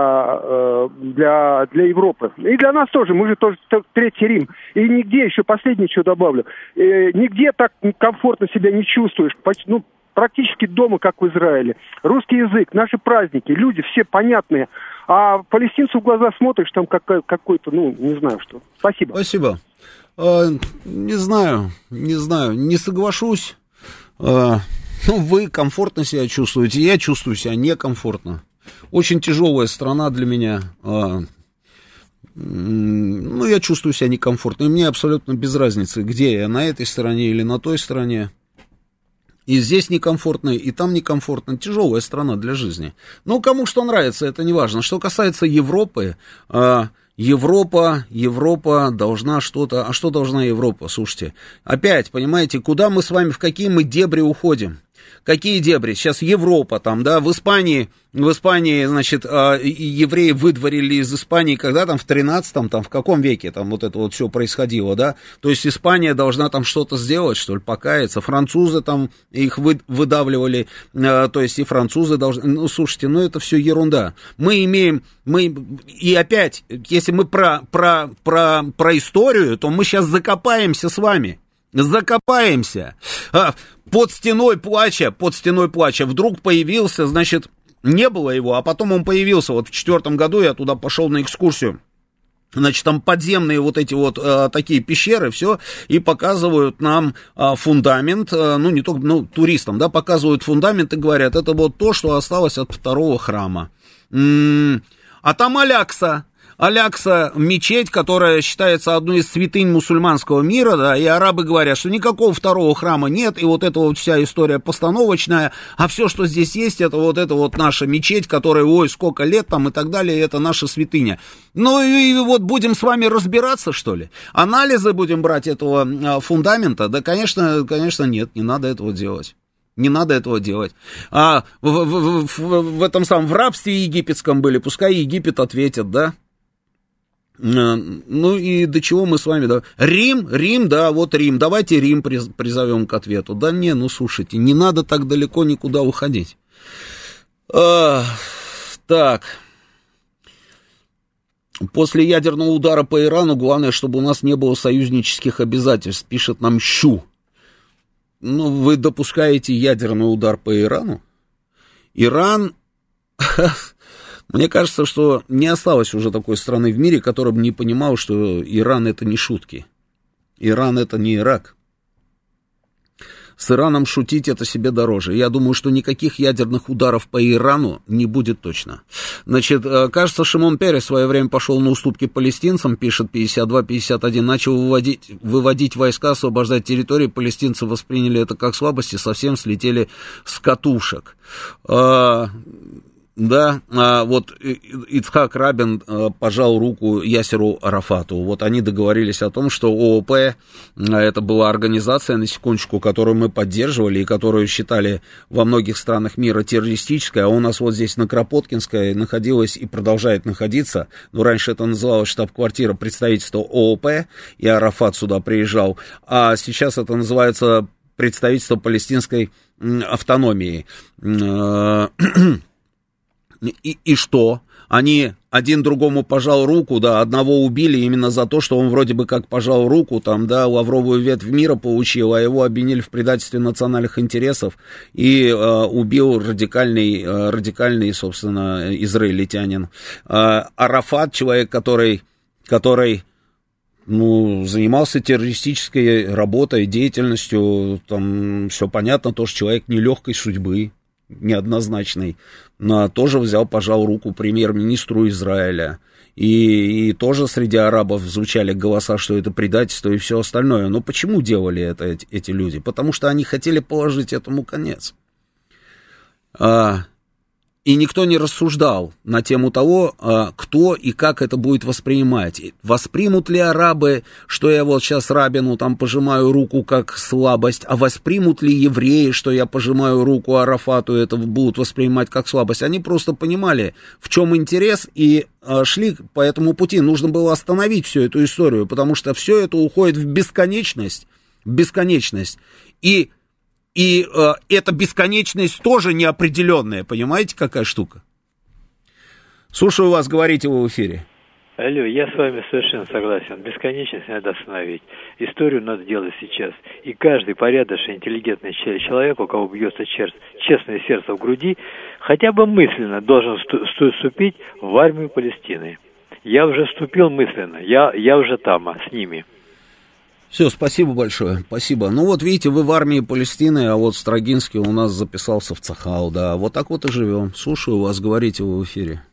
для Европы. И для нас тоже. Мы же тоже Третий Рим. И нигде, еще последнее, что добавлю, нигде так комфортно себя не чувствуешь. Практически дома, как в Израиле. Русский язык, наши праздники, люди все понятные. А палестинцу в глаза смотришь, там какой-то, не знаю что. Спасибо. Спасибо. Не знаю, не соглашусь. Вы комфортно себя чувствуете, я чувствую себя некомфортно. Очень тяжелая страна для меня. Я чувствую себя некомфортно. И мне абсолютно без разницы, где я, на этой стороне или на той стороне. И здесь некомфортно, и там некомфортно. Тяжелая страна для жизни. Кому что нравится, это не важно. Что касается Европы, Европа должна что-то... А что должна Европа? Слушайте, опять, понимаете, куда мы с вами, в какие мы дебри уходим? Какие дебри? Сейчас Европа там, да, в Испании, значит, евреи выдворили из Испании, когда там в 13-м, там в каком веке там вот это вот все происходило, да? То есть Испания должна там что-то сделать, что ли, покаяться. Французы там их выдавливали, то есть и французы должны, ну, слушайте, ну это все ерунда. И опять, если мы про историю, то мы сейчас закопаемся с вами. Закопаемся. Под стеной плача вдруг появился, значит, не было его, а потом он появился. Вот в 2004 году я туда пошел на экскурсию. Значит, там подземные вот эти вот такие пещеры, все, и показывают нам фундамент, ну, не только, ну, туристам, да, показывают фундамент и говорят, это вот то, что осталось от второго храма. А там Алякса, мечеть, которая считается одной из святынь мусульманского мира, да, и арабы говорят, что никакого второго храма нет, и вот эта вот вся история постановочная, а все, что здесь есть, это вот наша мечеть, которая, ой, сколько лет там и так далее, это наша святыня. Ну и вот будем с вами разбираться, что ли? Анализы будем брать этого фундамента? Да, конечно, нет, не надо этого делать. Не надо этого делать. В этом самом, в рабстве египетском были, пускай Египет ответит, да? Ну и до чего мы с вами, да? Рим, да, вот Рим, давайте Рим призовем к ответу. Да не, ну слушайте, не надо так далеко никуда уходить. Так. После ядерного удара по Ирану главное, чтобы у нас не было союзнических обязательств, пишет нам Щу. Ну, вы допускаете ядерный удар по Ирану? Иран... Мне кажется, что не осталось уже такой страны в мире, которая бы не понимала, что Иран это не шутки. Иран это не Ирак. С Ираном шутить это себе дороже. Я думаю, что никаких ядерных ударов по Ирану не будет точно. Значит, кажется, Шимон Перес в свое время пошел на уступки палестинцам, пишет 52-51, начал выводить войска, освобождать территории. Палестинцы восприняли это как слабость и совсем слетели с катушек. Да, вот Ицхак Рабин пожал руку Ясеру Арафату. Вот они договорились о том, что ООП, это была организация, на секундочку, которую мы поддерживали и которую считали во многих странах мира террористической, а у нас вот здесь на Кропоткинской находилась и продолжает находиться, но раньше это называлось штаб-квартира представительства ООП, и Арафат сюда приезжал, а сейчас это называется представительство палестинской автономии. И что? Они один другому пожал руку, да, одного убили именно за то, что он вроде бы как пожал руку, там, да, лавровую ветвь мира получил, а его обвинили в предательстве национальных интересов и убил радикальный, собственно, израильтянин. Арафат, человек, который ну, занимался террористической работой, деятельностью, там, все понятно, тоже человек нелегкой судьбы, неоднозначный, но тоже взял, пожал руку премьер-министру Израиля. И тоже среди арабов звучали голоса, что это предательство и все остальное. Но почему делали это эти люди? Потому что они хотели положить этому конец. И никто не рассуждал на тему того, кто и как это будет воспринимать. Воспримут ли арабы, что я вот сейчас Рабину там пожимаю руку как слабость, а воспримут ли евреи, что я пожимаю руку Арафату, это будут воспринимать как слабость. Они просто понимали, в чем интерес, и шли по этому пути. Нужно было остановить всю эту историю, потому что все это уходит в бесконечность. И эта бесконечность тоже неопределенная, понимаете, какая штука? Слушаю вас, говорите вы в эфире. Алло, я с вами совершенно согласен. Бесконечность надо остановить. Историю надо делать сейчас. И каждый порядочный, интеллигентный человек, у кого бьется честное сердце в груди, хотя бы мысленно должен вступить в армию Палестины. Я уже вступил мысленно, я уже там, с ними. Все, спасибо большое, спасибо. Ну вот видите, вы в армии Палестины, а вот Строгинский у нас записался в Цахал, да, вот так вот и живем. Слушаю вас, говорите вы в эфире.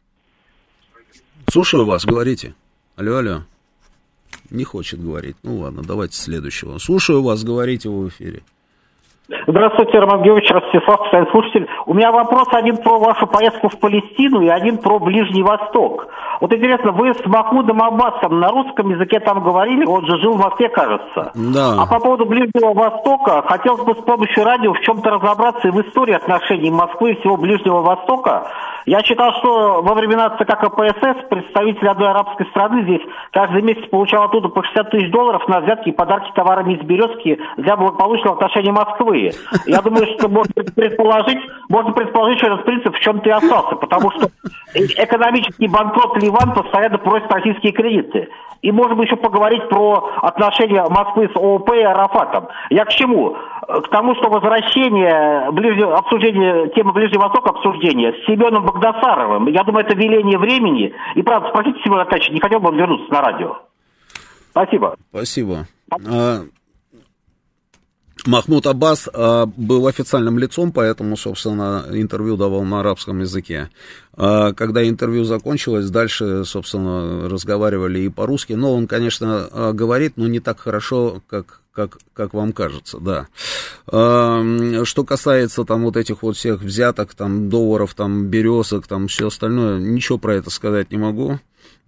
Слушаю вас, говорите. Алло. Не хочет говорить, ну ладно, давайте следующего. Слушаю вас, говорите вы в эфире. Здравствуйте, Роман Георгиевич, Ростислав, постоянный слушатель. У меня вопрос один про вашу поездку в Палестину и один про Ближний Восток. Вот интересно, вы с Махмудом Аббасом на русском языке там говорили? Он же жил в Москве, кажется. Да. А по поводу Ближнего Востока, хотелось бы с помощью радио в чем-то разобраться и в истории отношений Москвы и всего Ближнего Востока. Я читал, что во времена ЦК КПСС представитель одной арабской страны здесь каждый месяц получал оттуда по $60 тысяч на взятки и подарки товарами из «Березки» для благополучного отношения Москвы. Я думаю, что можно предположить, что этот принцип в чем-то и остался, потому что экономический банкрот Ливан постоянно просит российские кредиты. И можем еще поговорить про отношения Москвы с ООП и Арафатом. Я к чему? К тому, что возвращение обсуждения темы Ближнего Востока обсуждения с Семеном Багдасаровым, я думаю, это веление времени. И правда, спросите Семена Аркадьевича, не хотел бы он вернуться на радио? Спасибо. Спасибо. Махмуд Аббас был официальным лицом, поэтому, собственно, интервью давал на арабском языке. Когда интервью закончилось, дальше, собственно, разговаривали и по-русски. Но он, конечно, говорит, но не так хорошо, как вам кажется, да. Что касается там вот этих вот всех взяток, там, долларов, там, березок, там, все остальное, ничего про это сказать не могу.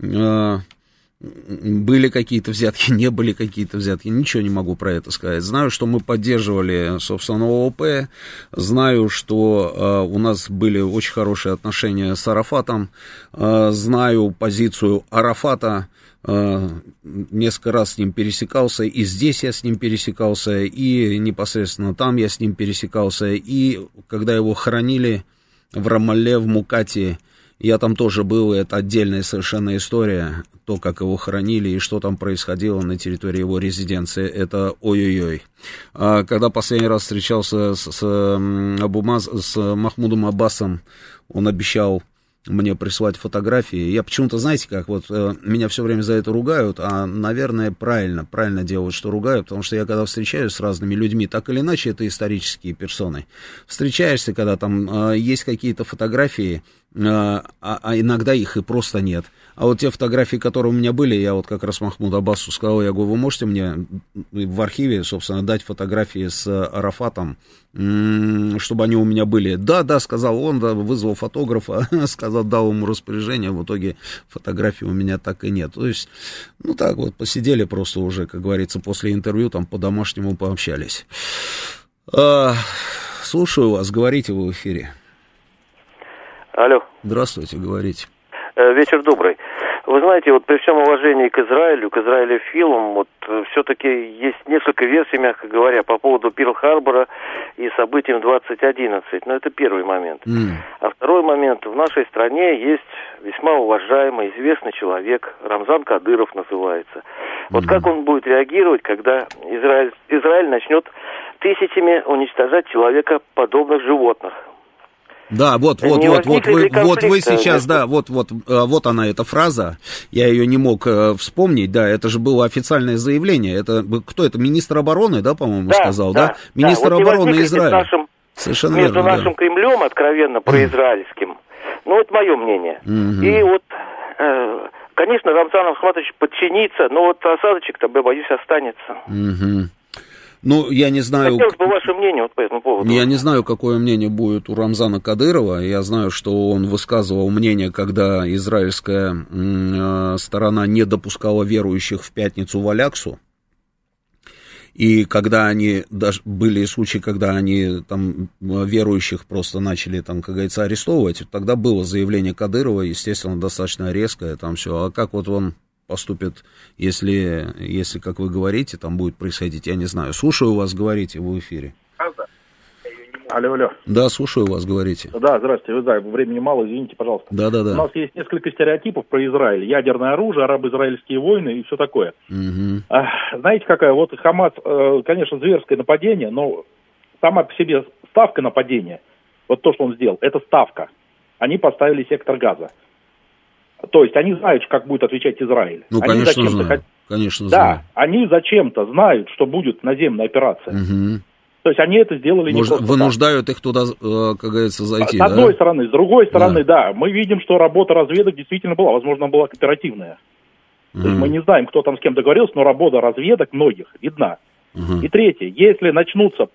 Были какие-то взятки, не были какие-то взятки, ничего не могу про это сказать. Знаю, что мы поддерживали, собственно, ООП, знаю, что у нас были очень хорошие отношения с Арафатом, знаю позицию Арафата, несколько раз с ним пересекался, и здесь я с ним пересекался, и непосредственно там я с ним пересекался, и когда его хоронили в Рамалле, в Мукате, я там тоже был, и это отдельная совершенно история, то, как его хоронили и что там происходило на территории его резиденции, это ой-ой-ой. Когда последний раз встречался с Махмудом Аббасом, он обещал мне прислать фотографии. Я почему-то, знаете как, вот меня все время за это ругают, а, наверное, правильно делают, что ругают, потому что я когда встречаюсь с разными людьми, так или иначе, это исторические персоны. Встречаешься, когда там есть какие-то фотографии, а иногда их и просто нет. А вот те фотографии, которые у меня были, я вот как раз Махмуду Аббасу сказал, я говорю, вы можете мне в архиве, собственно, дать фотографии с Арафатом, чтобы они у меня были. Да, сказал он, да, вызвал фотографа, сказал, дал ему распоряжение, в итоге фотографий у меня так и нет. То есть, ну так вот, посидели просто уже, как говорится, после интервью, там по-домашнему пообщались. Слушаю вас, говорите вы в эфире. Алло. Здравствуйте, говорите. Вечер добрый. Вы знаете, вот при всем уважении к израилефилам, вот все-таки есть несколько версий, мягко говоря, по поводу Перл-Харбора и событий 2011. Но это первый момент. А второй момент. В нашей стране есть весьма уважаемый, известный человек, Рамзан Кадыров называется. Вот как он будет реагировать, когда Израиль начнет тысячами уничтожать человекоподобных животных? Да, вот вы сейчас, да, вот она, эта фраза, я ее не мог вспомнить, да, это же было официальное заявление, это, кто это, министр обороны, да, по-моему, сказал, да? Министр обороны Израиля. Совершенно верно, между нашим Кремлем, откровенно произраильским, ну, это мое мнение. И вот, конечно, Рамзан Ахматович подчинится, но вот осадочек-то, боюсь, останется. Ну, я не знаю... Хотелось бы ваше мнение вот по этому поводу. Я не знаю, какое мнение будет у Рамзана Кадырова. Я знаю, что он высказывал мнение, когда израильская сторона не допускала верующих в пятницу в Аляксу. И когда они, даже были случаи, когда они там верующих просто начали, там, как говорится, арестовывать, тогда было заявление Кадырова, естественно, достаточно резкое, там все. А как вот он поступит, если, как вы говорите, там будет происходить, я не знаю. Слушаю вас, говорите, вы в эфире. Алло. Да, слушаю вас, говорите. Да, здравствуйте, времени мало, извините, пожалуйста. Да. У нас есть несколько стереотипов про Израиль. Ядерное оружие, арабо-израильские войны и все такое. Знаете, какая? Вот Хамас, конечно, зверское нападение, но сама по себе ставка нападения, вот то, что он сделал, это ставка. Они поставили сектор Газа. То есть они знают, как будет отвечать Израиль. Ну, они конечно, знают. Конечно, да, знают. они зачем-то знают, что будет наземная операция. То есть они это сделали не просто вынуждают их туда, как говорится, зайти, с одной стороны. С другой стороны, да, мы видим, что работа разведок действительно была. Возможно, она была кооперативная. То есть мы не знаем, кто там с кем договорился, но работа разведок многих видна. И третье, если начнутся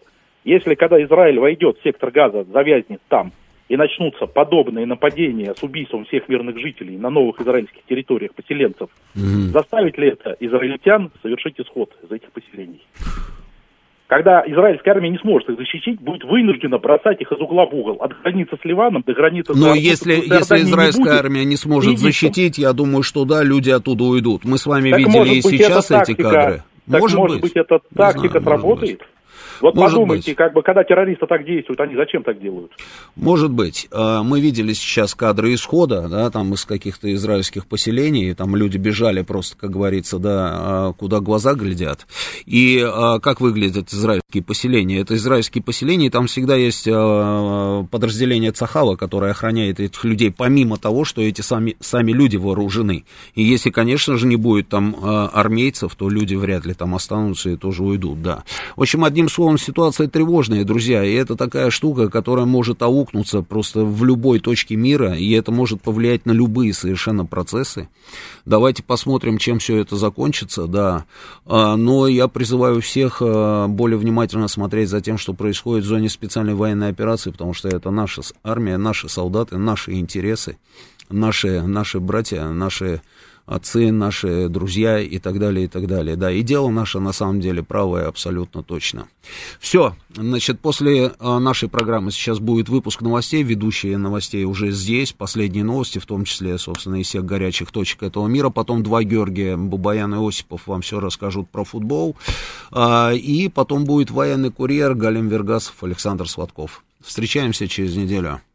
Если когда Израиль войдет в сектор Газа, завязнет там, и начнутся подобные нападения с убийством всех мирных жителей на новых израильских территориях, поселенцев, заставит ли это израильтян совершить исход из этих поселений? Когда израильская армия не сможет их защитить, будет вынуждена бросать их из угла в угол, от границы с Ливаном до границы с Но если израильская армия не сможет защитить, я думаю, что да, люди оттуда уйдут. Мы с вами видели и сейчас эти кадры. Может быть, эта тактика сработает? Вот может подумайте, быть. Как бы, когда террористы так действуют, они зачем так делают? Может быть. Мы видели сейчас кадры исхода, да, там из каких-то израильских поселений, там люди бежали просто, как говорится, да, куда глаза глядят. И как выглядят израильские поселения? Это израильские поселения, и там всегда есть подразделение Цахала, которое охраняет этих людей, помимо того, что эти сами люди вооружены. И если, конечно же, не будет там армейцев, то люди вряд ли там останутся и тоже уйдут, да. В общем, одним словом, ситуация тревожная, друзья, и это такая штука, которая может аукнуться просто в любой точке мира, и это может повлиять на любые совершенно процессы. Давайте посмотрим, чем все это закончится, да. Но я призываю всех более внимательно смотреть за тем, что происходит в зоне специальной военной операции, потому что это наша армия, наши солдаты, наши интересы, наши братья, наши отцы, наши друзья и так далее, и так далее. Да, и дело наше на самом деле правое абсолютно точно. Все, значит, после нашей программы сейчас будет выпуск новостей, ведущие новостей уже здесь, последние новости, в том числе, собственно, из всех горячих точек этого мира. Потом два Георгия, Бабаян и Осипов вам все расскажут про футбол. И потом будет военный курьер, Галим Вергасов, Александр Сладков. Встречаемся через неделю.